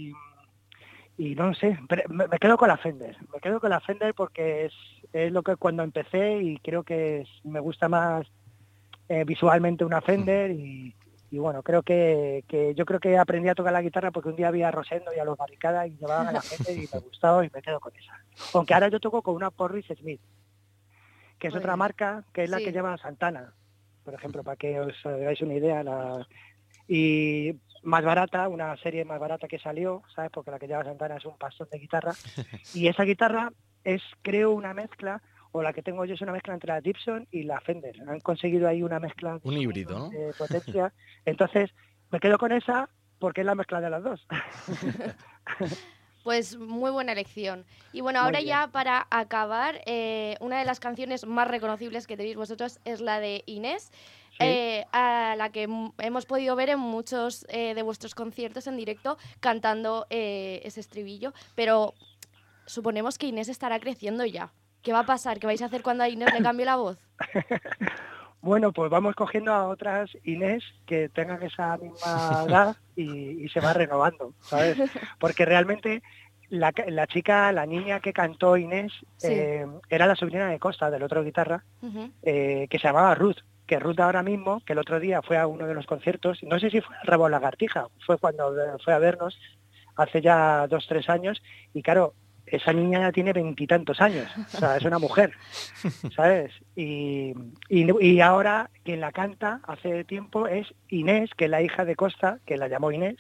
Y no sé, me quedo con la Fender. Me quedo con la Fender porque es lo que cuando empecé y creo que me gusta más visualmente una Fender y bueno, creo que yo creo que aprendí a tocar la guitarra porque un día vi a Rosendo y a los Barricada y llevaban a la Fender y me gustaba y me quedo con esa. Aunque ahora yo toco con una Porris Smith, que es otra marca que es la que lleva Santana, por ejemplo, para que os hagáis una idea. Y más barata, una serie más barata que salió, ¿sabes? Porque la que lleva Santana es un pastón de guitarra. Y esa guitarra es, creo, una mezcla, o la que tengo yo es una mezcla entre la Gibson y la Fender. Han conseguido ahí una mezcla. Un híbrido, ¿no? De potencia. Entonces, me quedo con esa porque es la mezcla de las dos. Pues muy buena elección. Y bueno, ahora ya para acabar, una de las canciones más reconocibles que tenéis vosotros es la de Inés. Sí. A la que hemos podido ver en muchos de vuestros conciertos en directo cantando ese estribillo, pero suponemos que Inés estará creciendo ya. ¿Qué va a pasar? ¿Qué vais a hacer cuando a Inés le cambie la voz? Bueno, pues vamos cogiendo a otras Inés que tengan esa misma edad y se va renovando, ¿sabes? Porque realmente la chica, la niña que cantó Inés, era la sobrina de Costa, del otro guitarra, que se llamaba Ruth. Que Ruth ahora mismo, que el otro día fue a uno de los conciertos, no sé si fue a Rabo Lagartija, fue cuando fue a vernos, hace ya 2-3 años, y claro, esa niña ya tiene 20 y tantos años, o sea, es una mujer, ¿sabes? Y ahora quien la canta hace tiempo es Inés, que es la hija de Costa, que la llamó Inés,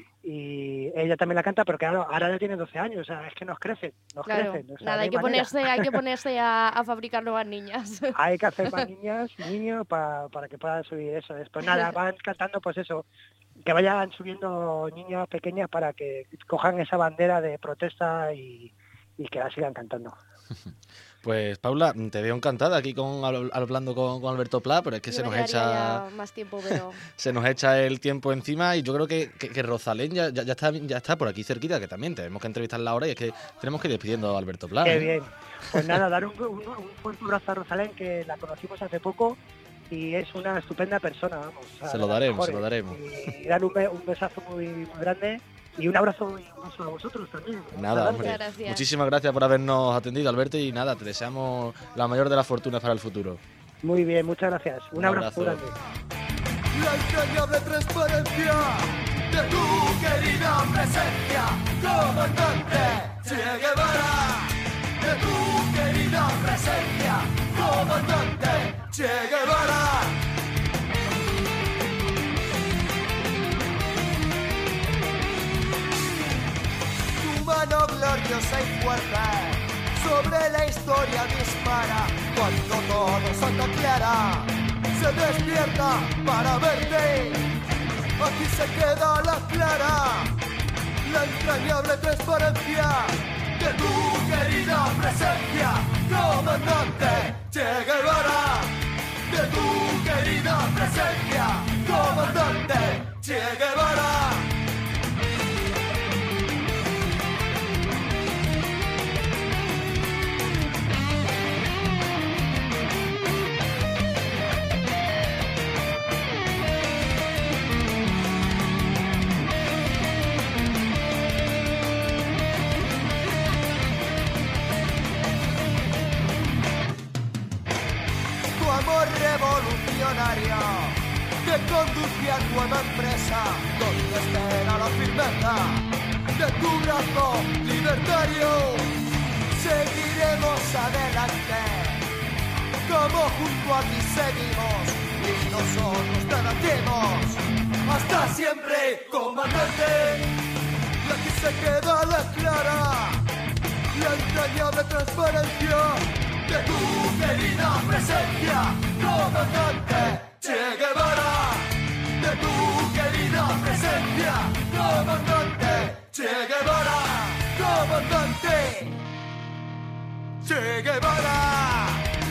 y ella también la canta, pero claro, ahora ya tiene 12 años, o sea, es que nos crecen. Claro, o sea, nada, hay que ponerse a fabricar nuevas niñas. Hay que hacer más niños para que puedan subir eso. Después nada, van cantando pues eso, que vayan subiendo niñas pequeñas para que cojan esa bandera de protesta y que la sigan cantando. Pues Paula, te veo encantada aquí hablando con Alberto Pla, pero es que yo se nos echa más tiempo, pero... se nos echa el tiempo encima y yo creo que Rosalén ya está por aquí cerquita, que también tenemos que entrevistarla ahora y es que tenemos que ir despidiendo a Alberto Pla. Qué bien. Pues nada, dar un fuerte abrazo a Rosalén, que la conocimos hace poco y es una estupenda persona, vamos. Se lo daremos. Y dar un besazo muy grande. Y un abrazo a vosotros también. Nada, hombre. Muchísimas gracias por habernos atendido, Alberto, y nada, te deseamos la mayor de las fortunas para el futuro. Muy bien, muchas gracias. Un abrazo grande. La entraña de transparencia de tu querida presencia, comandante Che Guevara. De tu querida presencia, comandante Che Guevara. grandiosa y fuerte. Sobre la historia dispara cuando todo Santa Clara se despierta para verte. Aquí se queda la clara, la entrañable transparencia de tu querida presencia, comandante Che Guevara. De tu querida presencia, comandante Che Guevara. Revolucionario que conduce a nueva empresa donde espera la firmeza de tu brazo libertario. Seguiremos adelante como junto a ti seguimos y nosotros te batimos hasta siempre, comandante. Y aquí se queda la clara, la entrañable transparencia de tu querida presencia, comandante Che Guevara. De tu querida presencia, comandante Che Guevara. Comandante Che Guevara.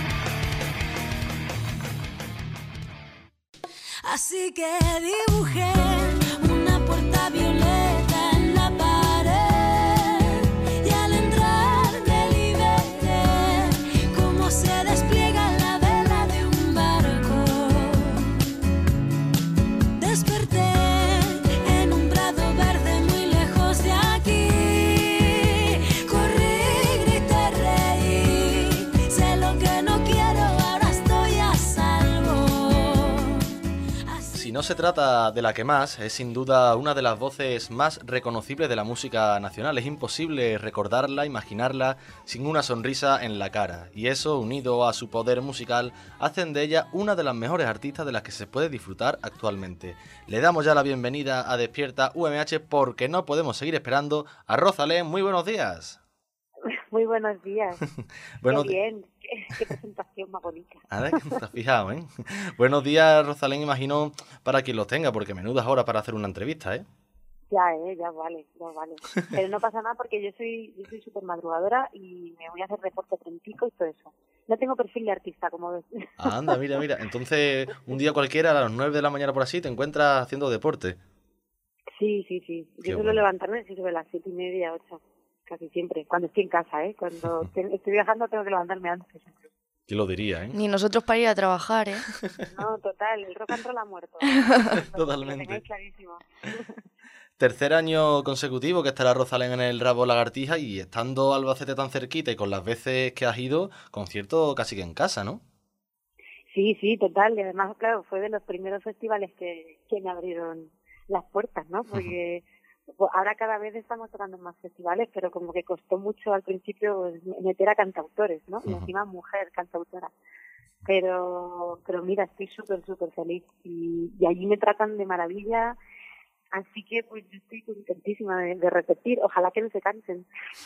Así que dibujé una puerta violeta en la pared y al entrar me liberté como se despliega la vela de un barco. Desperté en un prado verde muy lejos de aquí. Corrí, grité, reí. Sé lo que no quiero, ahora estoy a salvo. Si no se trata de la que más, es sin duda una de las voces más reconocibles de la música nacional. Es imposible recordarla, imaginarla sin una sonrisa en la cara. Y eso, unido a su poder musical, hacen de ella una de las mejores artistas de las que se puede disfrutar actualmente. Le damos ya la bienvenida a Despierta UMH porque no podemos seguir esperando a Rosalén. Muy buenos días. Muy buenos días. Bueno, qué bien, qué presentación más bonita. Ahora que te has fijado, ¿eh? Buenos días, Rosalén, imagino, para quien los tenga, porque menudas horas para hacer una entrevista, ¿eh? Ya vale. Pero no pasa nada porque yo soy súper madrugadora y me voy a hacer deporte prontico y todo eso. No tengo perfil de artista, como ves. Anda, mira. Entonces, un día cualquiera, a las 9 de la mañana por así, te encuentras haciendo deporte. Sí. Yo suelo levantarme sobre las 7:30, 8. Casi siempre, cuando estoy en casa, ¿eh? Cuando estoy viajando tengo que levantarme antes. ¿Quién lo diría, eh? Ni nosotros para ir a trabajar, ¿eh? No, total, el rock and roll ha muerto. Totalmente. Lo tengáis clarísimo. Tercer año consecutivo que estará Rosalén en el Rabo Lagartija y estando Albacete tan cerquita y con las veces que has ido, concierto casi que en casa, ¿no? Sí, total. Y además, claro, fue de los primeros festivales que me abrieron las puertas, ¿no? Porque... Ahora cada vez estamos tocando en más festivales, pero como que costó mucho al principio meter a cantautores, ¿no? Y encima mujer cantautora. Pero mira, estoy súper feliz y allí me tratan de maravilla. Así que pues yo estoy contentísima de repetir. Ojalá que no se cansen.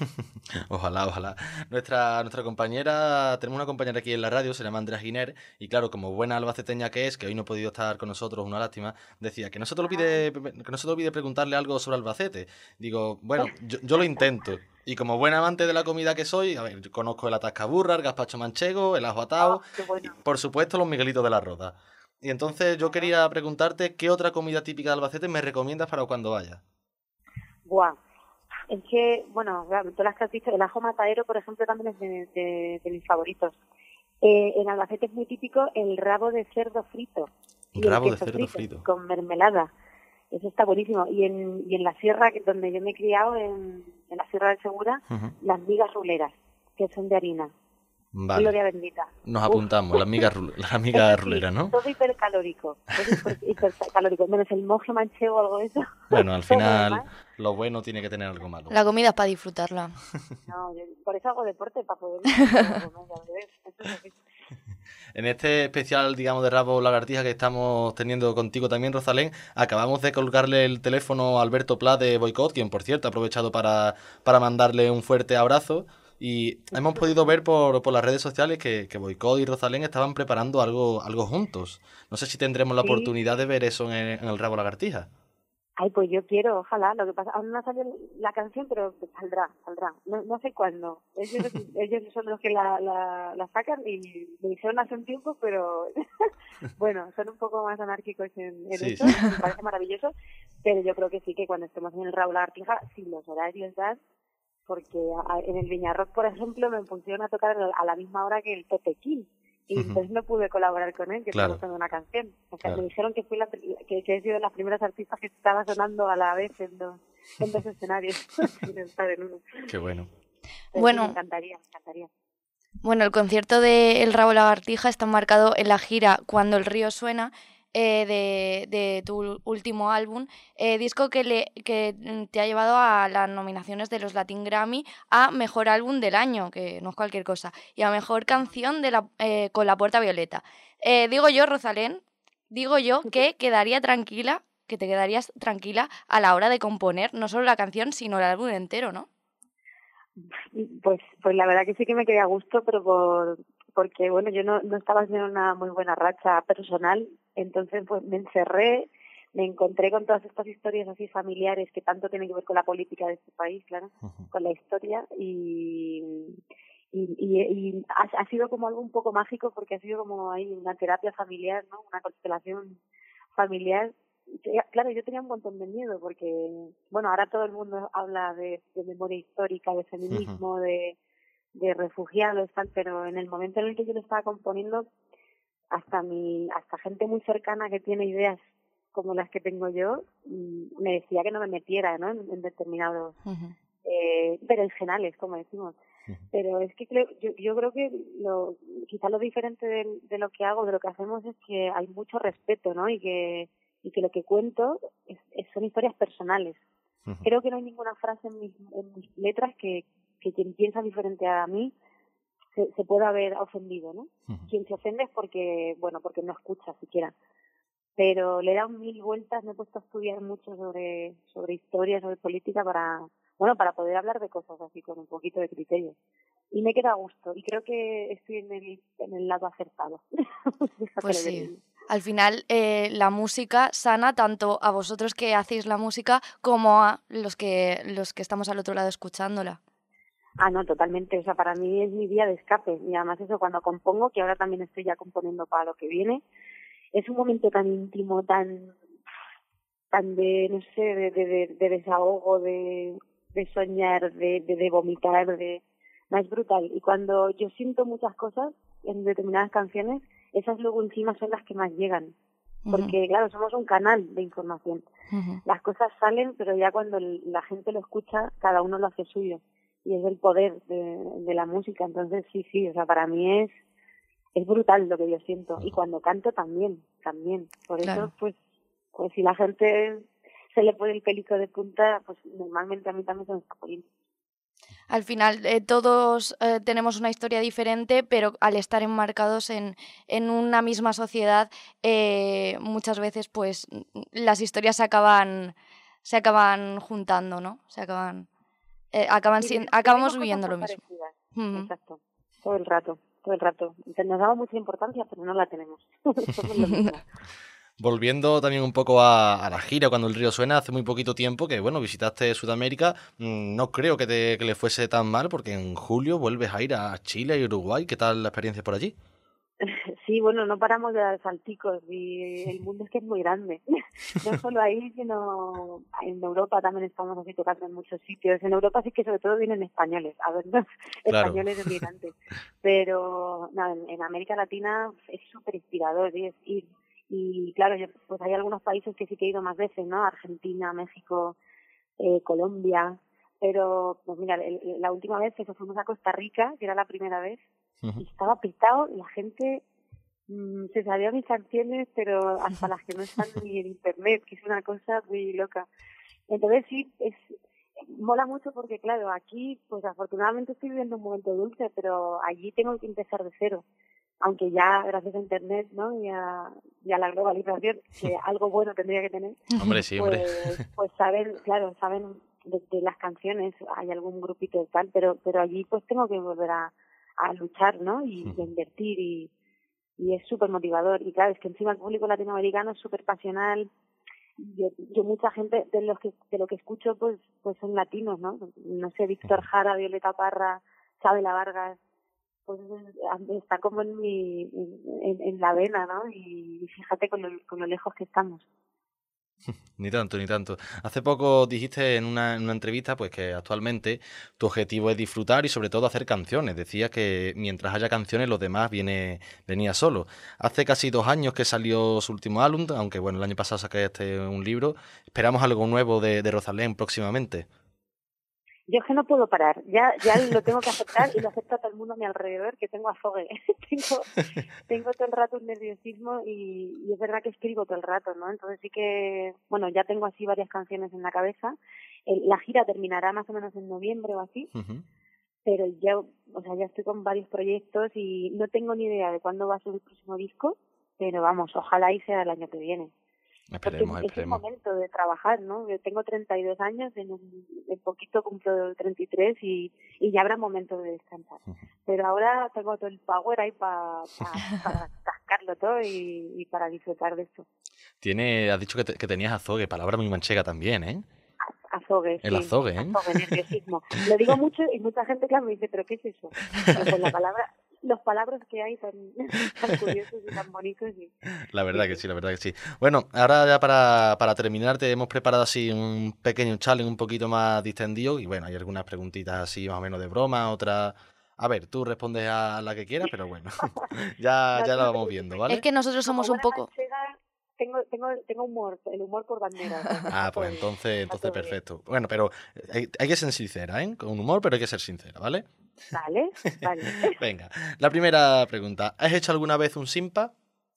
Ojalá. Nuestra compañera, tenemos una compañera aquí en la radio, se llama Andrea Giner, y claro, como buena albaceteña que es, que hoy no ha podido estar con nosotros, una lástima, decía que no se te olvide preguntarle algo sobre Albacete. Digo, bueno, yo lo intento. Y como buen amante de la comida que soy, a ver, yo conozco el atascaburra, el gazpacho manchego, el ajo atao, y por supuesto los miguelitos de la Roda. Y entonces yo quería preguntarte qué otra comida típica de Albacete me recomiendas para cuando vaya. Buah, es que, bueno, todas las que has dicho, el ajo matadero, por ejemplo, también es de mis favoritos. En Albacete es muy típico el rabo de cerdo frito. Rabo de cerdo frito. Con mermelada. Eso está buenísimo. Y en la sierra, donde yo me he criado, en la Sierra del Segura, las migas ruleras, que son de harina. Vale. Gloria bendita. Nos apuntamos, las migas ruleras, ¿no? Todo hipercalórico. Hipercalórico. Menos el moje manchego o algo de eso. Bueno, al final lo bueno tiene que tener algo malo. La comida es para disfrutarla. No, por eso hago deporte, para poder En este especial, digamos, de Rabo Lagartija que estamos teniendo contigo también, Rosalén, acabamos de colgarle el teléfono a Alberto Pla de Boicot, quien, por cierto, ha aprovechado para mandarle un fuerte abrazo. Y hemos podido ver por las redes sociales que Boicot y Rosalén estaban preparando algo juntos. No sé si tendremos la oportunidad de ver eso en el Rabo Lagartija. Ay, pues yo quiero, ojalá. Lo que pasa, aún no salió la canción, pero saldrá. No sé cuándo. Ellos son los que la sacan y me dijeron hace un tiempo, pero bueno, son un poco más anárquicos en eso. Sí. Me parece maravilloso, pero yo creo que sí, que cuando estemos en el Rabo Lagartija, si los horarios dan, porque en el Viñarrock, por ejemplo, me pusieron a tocar a la misma hora que el Pepe King. Y entonces no pude colaborar con él, que estaba sonando una canción. O sea, me dijeron que que he sido de las primeras artistas que estaba sonando a la vez en dos escenarios, sin estar en uno. Qué bueno. Pero bueno, sí, me encantaría. Bueno, el concierto de El Rabo Lagartija está marcado en la gira Cuando el río suena, de tu último álbum, disco que te ha llevado a las nominaciones de los Latin Grammy a Mejor Álbum del Año, que no es cualquier cosa, y a Mejor Canción con La Puerta Violeta. Digo yo, Rosalén, que te quedarías tranquila a la hora de componer no solo la canción, sino el álbum entero, ¿no? Pues la verdad que sí que me quedé a gusto, pero porque bueno, yo no estaba haciendo una muy buena racha personal, entonces pues me encerré, me encontré con todas estas historias así familiares que tanto tienen que ver con la política de este país, claro, con la historia, y ha sido como algo un poco mágico, porque ha sido como ahí una terapia familiar, ¿no? Una constelación familiar. Claro, yo tenía un montón de miedo porque, bueno, ahora todo el mundo habla de memoria histórica, de feminismo, de refugiados, tal, pero en el momento en el que yo lo estaba componiendo, hasta gente muy cercana que tiene ideas como las que tengo yo, me decía que no me metiera, ¿no? En determinados berenjenales, como decimos. Pero es que yo creo que quizá lo diferente de lo que hago, de lo que hacemos, es que hay mucho respeto, ¿no? Y que lo que cuento son historias personales. Creo que no hay ninguna frase en mis letras que quien piensa diferente a mí se pueda haber ofendido, ¿no? Quien se ofende es porque no escucha siquiera. Pero le he dado 1000 vueltas, me he puesto a estudiar mucho sobre historia, sobre política para poder hablar de cosas así con un poquito de criterio. Y me queda a gusto, y creo que estoy en el lado acertado. Pues sí. Al final, la música sana tanto a vosotros que hacéis la música como a los que estamos al otro lado escuchándola. Ah, no, totalmente. O sea, para mí es mi vía de escape. Y además eso, cuando compongo, que ahora también estoy ya componiendo para lo que viene, es un momento tan íntimo, tan de, no sé, de desahogo, de soñar, de vomitar, no, es brutal. Y cuando yo siento muchas cosas en determinadas canciones, esas luego encima son las que más llegan. Porque, claro, somos un canal de información. Las cosas salen, pero ya cuando la gente lo escucha, cada uno lo hace suyo. Y es el poder de la música. Entonces, sí, o sea, para mí es brutal lo que yo siento. Y cuando canto también. Por eso, pues si la gente se le pone el pelito de punta, pues normalmente a mí también se me está poniendo. Al final todos tenemos una historia diferente, pero al estar enmarcados en una misma sociedad, muchas veces pues las historias se acaban juntando, ¿no? Acabamos viviendo lo mismo. Exacto, todo el rato. Nos damos mucha importancia, pero no la tenemos. Somos lo mismo. Volviendo también un poco a la gira Cuando el río suena, hace muy poquito tiempo que, bueno, visitaste Sudamérica. No creo que le fuese tan mal, porque en julio vuelves a ir a Chile y Uruguay. ¿Qué tal la experiencia por allí? Sí, bueno, no paramos de dar salticos y el mundo es que es muy grande. No solo ahí, sino en Europa también estamos así tocando en muchos sitios. En Europa sí que sobre todo vienen españoles, a vernos, claro. Españoles emigrantes. Pero no, en América Latina es súper inspirador ir. Y claro, pues hay algunos países que sí que he ido más veces, ¿no? Argentina, México, Colombia. Pero, pues mira, la última vez que fuimos a Costa Rica, que era la primera vez, y estaba pitado y la gente se sabía mis canciones, pero hasta las que no están ni en internet, que es una cosa muy loca. Entonces sí, mola mucho porque claro, aquí pues afortunadamente estoy viviendo un momento dulce, pero allí tengo que empezar de cero. aunque ya gracias a internet, ¿no? y a la globalización, que algo bueno tendría que tener, Hombre, sí, hombre. pues saben de las canciones, hay algún grupito y tal, pero allí pues tengo que volver a luchar, ¿no? Y a invertir y es súper motivador. Y claro, es que encima el público latinoamericano es súper pasional. Yo mucha gente de lo que escucho pues son latinos, ¿no? No sé, Víctor Jara, Violeta Parra, Chabela Vargas, pues está como en la vena, ¿no? Y fíjate con lo lejos que estamos. Ni tanto, ni tanto. Hace poco dijiste en una entrevista pues que actualmente tu objetivo es disfrutar y sobre todo hacer canciones. Decías que mientras haya canciones los demás venía solo. Hace casi 2 años que salió su último álbum, aunque bueno, el año pasado sacaste un libro. Esperamos algo nuevo de Rosalén próximamente. Yo es que no puedo parar, ya lo tengo que aceptar y lo acepta todo el mundo a mi alrededor, que tengo azogue. tengo todo el rato un nerviosismo y es verdad que escribo todo el rato, ¿no? Entonces sí que, bueno, ya tengo así varias canciones en la cabeza. La gira terminará más o menos en noviembre o así, pero ya estoy con varios proyectos y no tengo ni idea de cuándo va a ser el próximo disco, pero vamos, ojalá y sea el año que viene. Esperemos. Es el momento de trabajar, ¿no? Yo tengo 32 años, en poquito cumplo 33 y ya habrá momento de descansar. Pero ahora tengo todo el power ahí para cascarlo todo y para disfrutar de esto. Has dicho que tenías azogue, palabra muy manchega también, ¿eh? Azogue, el azogue, ¿eh? Azogue, nerviosismo. Lo digo mucho y mucha gente claro me dice, ¿pero qué es eso? Pues los palabras que hay tan curiosos y tan bonitos. La verdad que sí. Bueno, ahora ya para terminar te hemos preparado así un pequeño challenge un poquito más distendido y bueno, hay algunas preguntitas así más o menos de broma, otras... A ver, tú respondes a la que quieras, pero bueno, ya la vamos viendo, ¿vale? Es que nosotros somos un poco... Tengo humor, el humor por bandera. Pues entonces perfecto. Bueno, pero hay que ser sincera, ¿eh? Con humor, pero hay que ser sincera, ¿vale? Vale. Venga, la primera pregunta. ¿Has hecho alguna vez un simpa?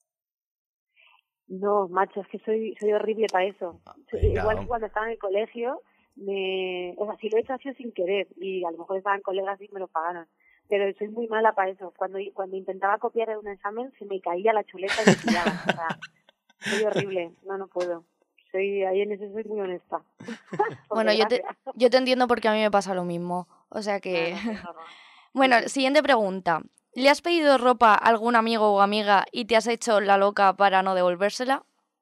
No, macho, es que soy horrible para eso. Venga, igual que cuando estaba en el colegio, si lo he hecho así sin querer, y a lo mejor estaban colegas y me lo pagaron. Pero soy muy mala para eso. Cuando intentaba copiar en un examen, se me caía la chuleta y me pillaba. O sea, soy horrible, no puedo. Ahí en eso soy muy honesta. Bueno, yo te entiendo porque a mí me pasa lo mismo. O sea que... Bueno, siguiente pregunta. ¿Le has pedido ropa a algún amigo o amiga y te has hecho la loca para no devolvérsela?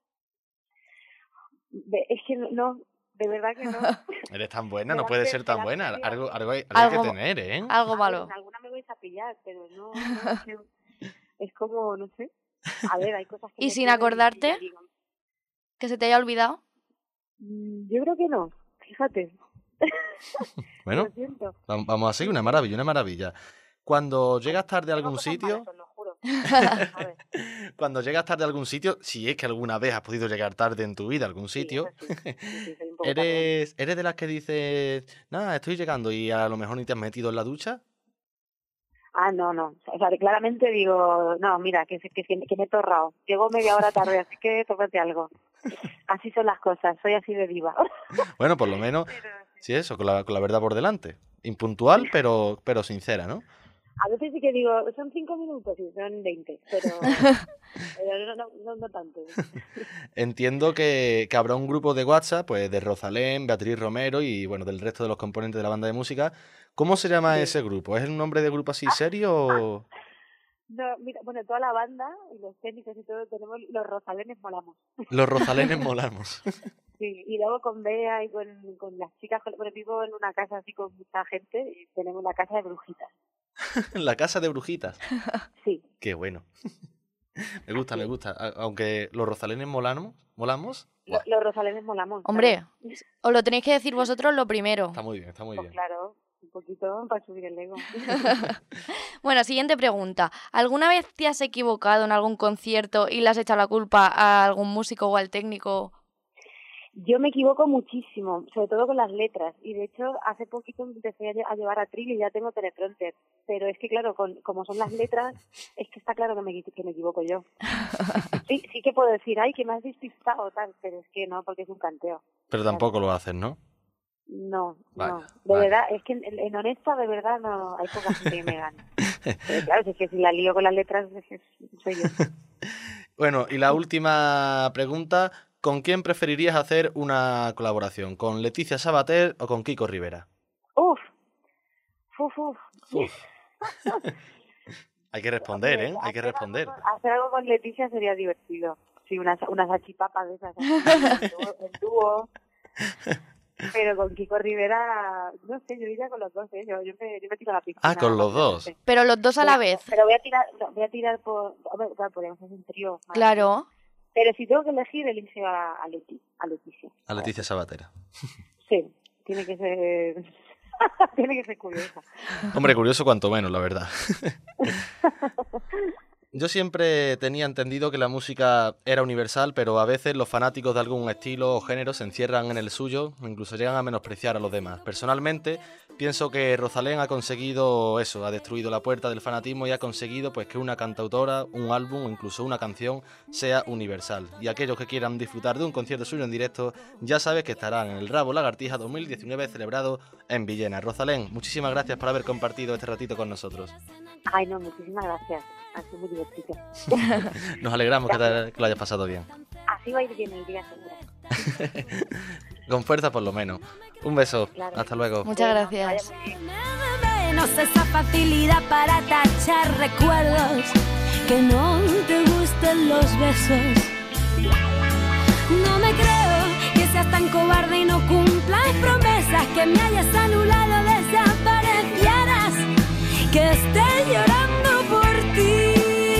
Es que no, de verdad que no. Eres tan buena, no puedes ser tan buena. Algo hay que tener, ¿eh? Algo malo. En alguna me vais a pillar, pero no es como, no sé. A ver, hay cosas que... ¿Y sin acordarte? ¿Que se te haya olvidado? Yo creo que no, fíjate. Bueno, vamos a seguir, una maravilla. Cuando llegas tarde a algún sitio... Malas, lo juro. Cuando llegas tarde a algún sitio, si es que alguna vez has podido llegar tarde en tu vida a algún sitio, sí, ¿eres de las que dices, nada, estoy llegando y a lo mejor ni te has metido en la ducha? No. O sea, claramente digo, no, mira, que me he torrado. Llego media hora tarde, así que tócate algo. Así son las cosas, soy así de diva. Bueno, por lo menos, sí, eso, con la verdad por delante. Impuntual, pero sincera, ¿no? A veces sí que digo, son 5 minutos y son 20, pero no tanto. Entiendo que habrá un grupo de WhatsApp, pues de Rosalén, Beatriz Romero y bueno, del resto de los componentes de la banda de música. ¿Cómo se llama ese grupo? ¿Es un nombre de grupo así serio o...? No, mira, bueno, toda la banda y los técnicos y todo tenemos los Rosalenes molamos. Los Rosalenes molamos. Sí, y luego con Bea y con las chicas, bueno, vivo en una casa así con mucha gente y tenemos la casa de brujitas. La casa de brujitas. Sí. Qué bueno. Me gusta. Aunque los Rosalenes molamos. Los Rosalenes molamos. Hombre, claro. Os lo tenéis que decir vosotros lo primero. Está muy bien. Claro, un poquito para subir el ego. Bueno, siguiente pregunta. ¿Alguna vez te has equivocado en algún concierto y le has echado la culpa a algún músico o al técnico? Yo me equivoco muchísimo, sobre todo con las letras. Y de hecho, hace poquito empecé a llevar Atril y ya tengo teleprompter. Pero es que, claro, como son las letras, es que está claro que me equivoco yo. Sí que puedo decir, ay, que me has despistado tal, pero es que no, porque es un canteo. Pero tampoco lo haces, ¿no? No. De verdad, es que en honesta, de verdad, no hay poca gente que me gane. Pero claro, si es que si la lío con las letras, es que soy yo. Bueno, y la última pregunta, ¿con quién preferirías hacer una colaboración? ¿Con Leticia Sabater o con Kiko Rivera? Uf. Hay que responder, ¿eh? Hay que responder. Hacer algo con Leticia sería divertido. Sí, unas salchipapas de esas. En dúo. Pero con Kiko Rivera, no sé, yo iría con los dos, ¿eh? Yo me tiro a la piscina. Ah, con los dos. Pero los dos a la vez. Pero voy a tirar por... Hombre, claro, podríamos hacer un trío. Claro. Pero si tengo que elegir, elijo a Leticia. A Leticia Sabater. Sí, tiene que ser... tiene que ser curiosa. Hombre, curioso cuanto menos, la verdad. Yo siempre tenía entendido que la música era universal, pero a veces los fanáticos de algún estilo o género se encierran en el suyo o incluso llegan a menospreciar a los demás. Personalmente, pienso que Rosalén ha conseguido eso, ha destruido la puerta del fanatismo y ha conseguido pues que una cantautora, un álbum o incluso una canción sea universal. Y aquellos que quieran disfrutar de un concierto suyo en directo, ya sabes que estarán en el Rabo Lagartija 2019 celebrado en Villena. Rosalén, muchísimas gracias por haber compartido este ratito con nosotros. Ay, no, muchísimas gracias. Ha sido muy divertido. Nos alegramos que lo hayas pasado bien. Así va a ir bien el día, seguro. Con fuerza por lo menos. Un beso. Claro. Hasta luego. Muchas gracias. Menos esa facilidad para tachar recuerdos, que no te gusten los besos. No me creo que seas tan cobarde y no cumplas promesas, que me hayas anulado, desaparecieras, que esté llorando por ti.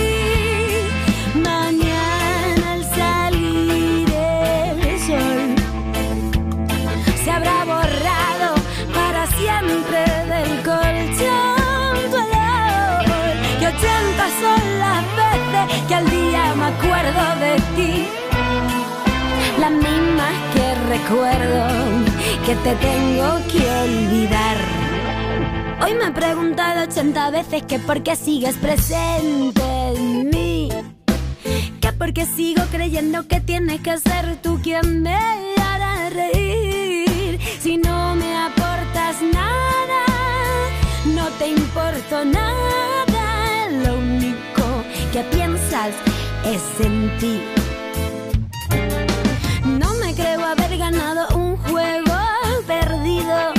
Mañana al salir el sol se habrá borrado para siempre del colchón tu olor, y 80 son las veces que al día me acuerdo de ti, las mismas que recuerdo que te tengo que olvidar. Hoy me he preguntado 80 veces que por qué sigues presente en mí, que por qué sigo creyendo que tienes que ser tú quien me hará reír. Si no me aportas nada, no te importo nada, lo único que piensas es en ti. No me creo haber ganado un juego perdido,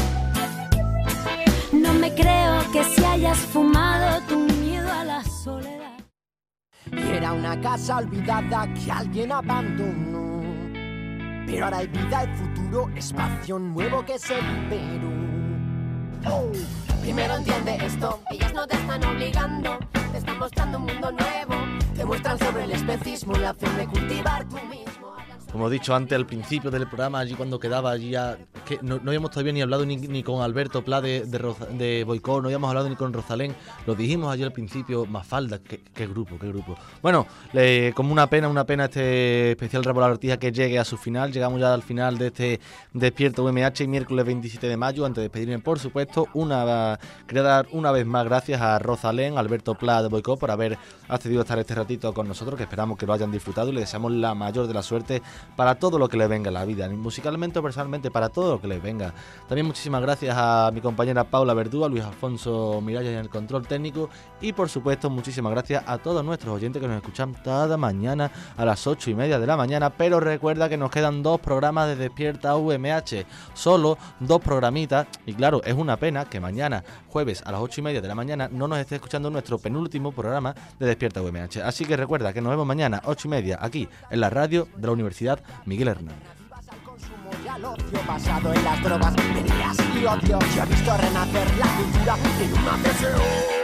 no me creo que si hayas fumado tu miedo a la soledad. Y era una casa olvidada que alguien abandonó, pero ahora hay vida, hay futuro, espacio nuevo que se liberó. Oh. Primero entiende esto, ellas no te están obligando, te están mostrando un mundo nuevo, te muestran sobre el especismo y la opción de cultivar tú mismo. Como he dicho antes al principio del programa, allí cuando quedaba, allí ya que no habíamos todavía ni hablado ni con Alberto Pla de Boicot, no habíamos hablado ni con Rosalén, lo dijimos allí al principio, Mafalda, qué grupo. Bueno, como una pena este especial Rabo Lagartija que llegue a su final. Llegamos ya al final de este Despierta UMH, miércoles 27 de mayo. Antes de despedirme, por supuesto, quería dar una vez más gracias a Rosalén, Alberto Pla de Boicot por haber accedido a estar este ratito con nosotros, que esperamos que lo hayan disfrutado y le deseamos la mayor de la suerte para todo lo que les venga en la vida, musicalmente o personalmente, para todo lo que les venga. También muchísimas gracias a mi compañera Paula Verdú, a Luis Alfonso Miralles en el control técnico y por supuesto muchísimas gracias a todos nuestros oyentes que nos escuchan cada mañana a las 8:30 de la mañana, pero recuerda que nos quedan 2 programas de Despierta UMH, solo 2 programitas, y claro, es una pena que mañana, jueves a las 8:30 de la mañana, no nos esté escuchando nuestro penúltimo programa de Despierta UMH. Así que recuerda que nos vemos mañana 8:30 aquí en la radio de la Universidad Miguel Hernández. Y al ocio basado en las drogas, peleas y odio, yo he visto renacer la cultura en una deseo.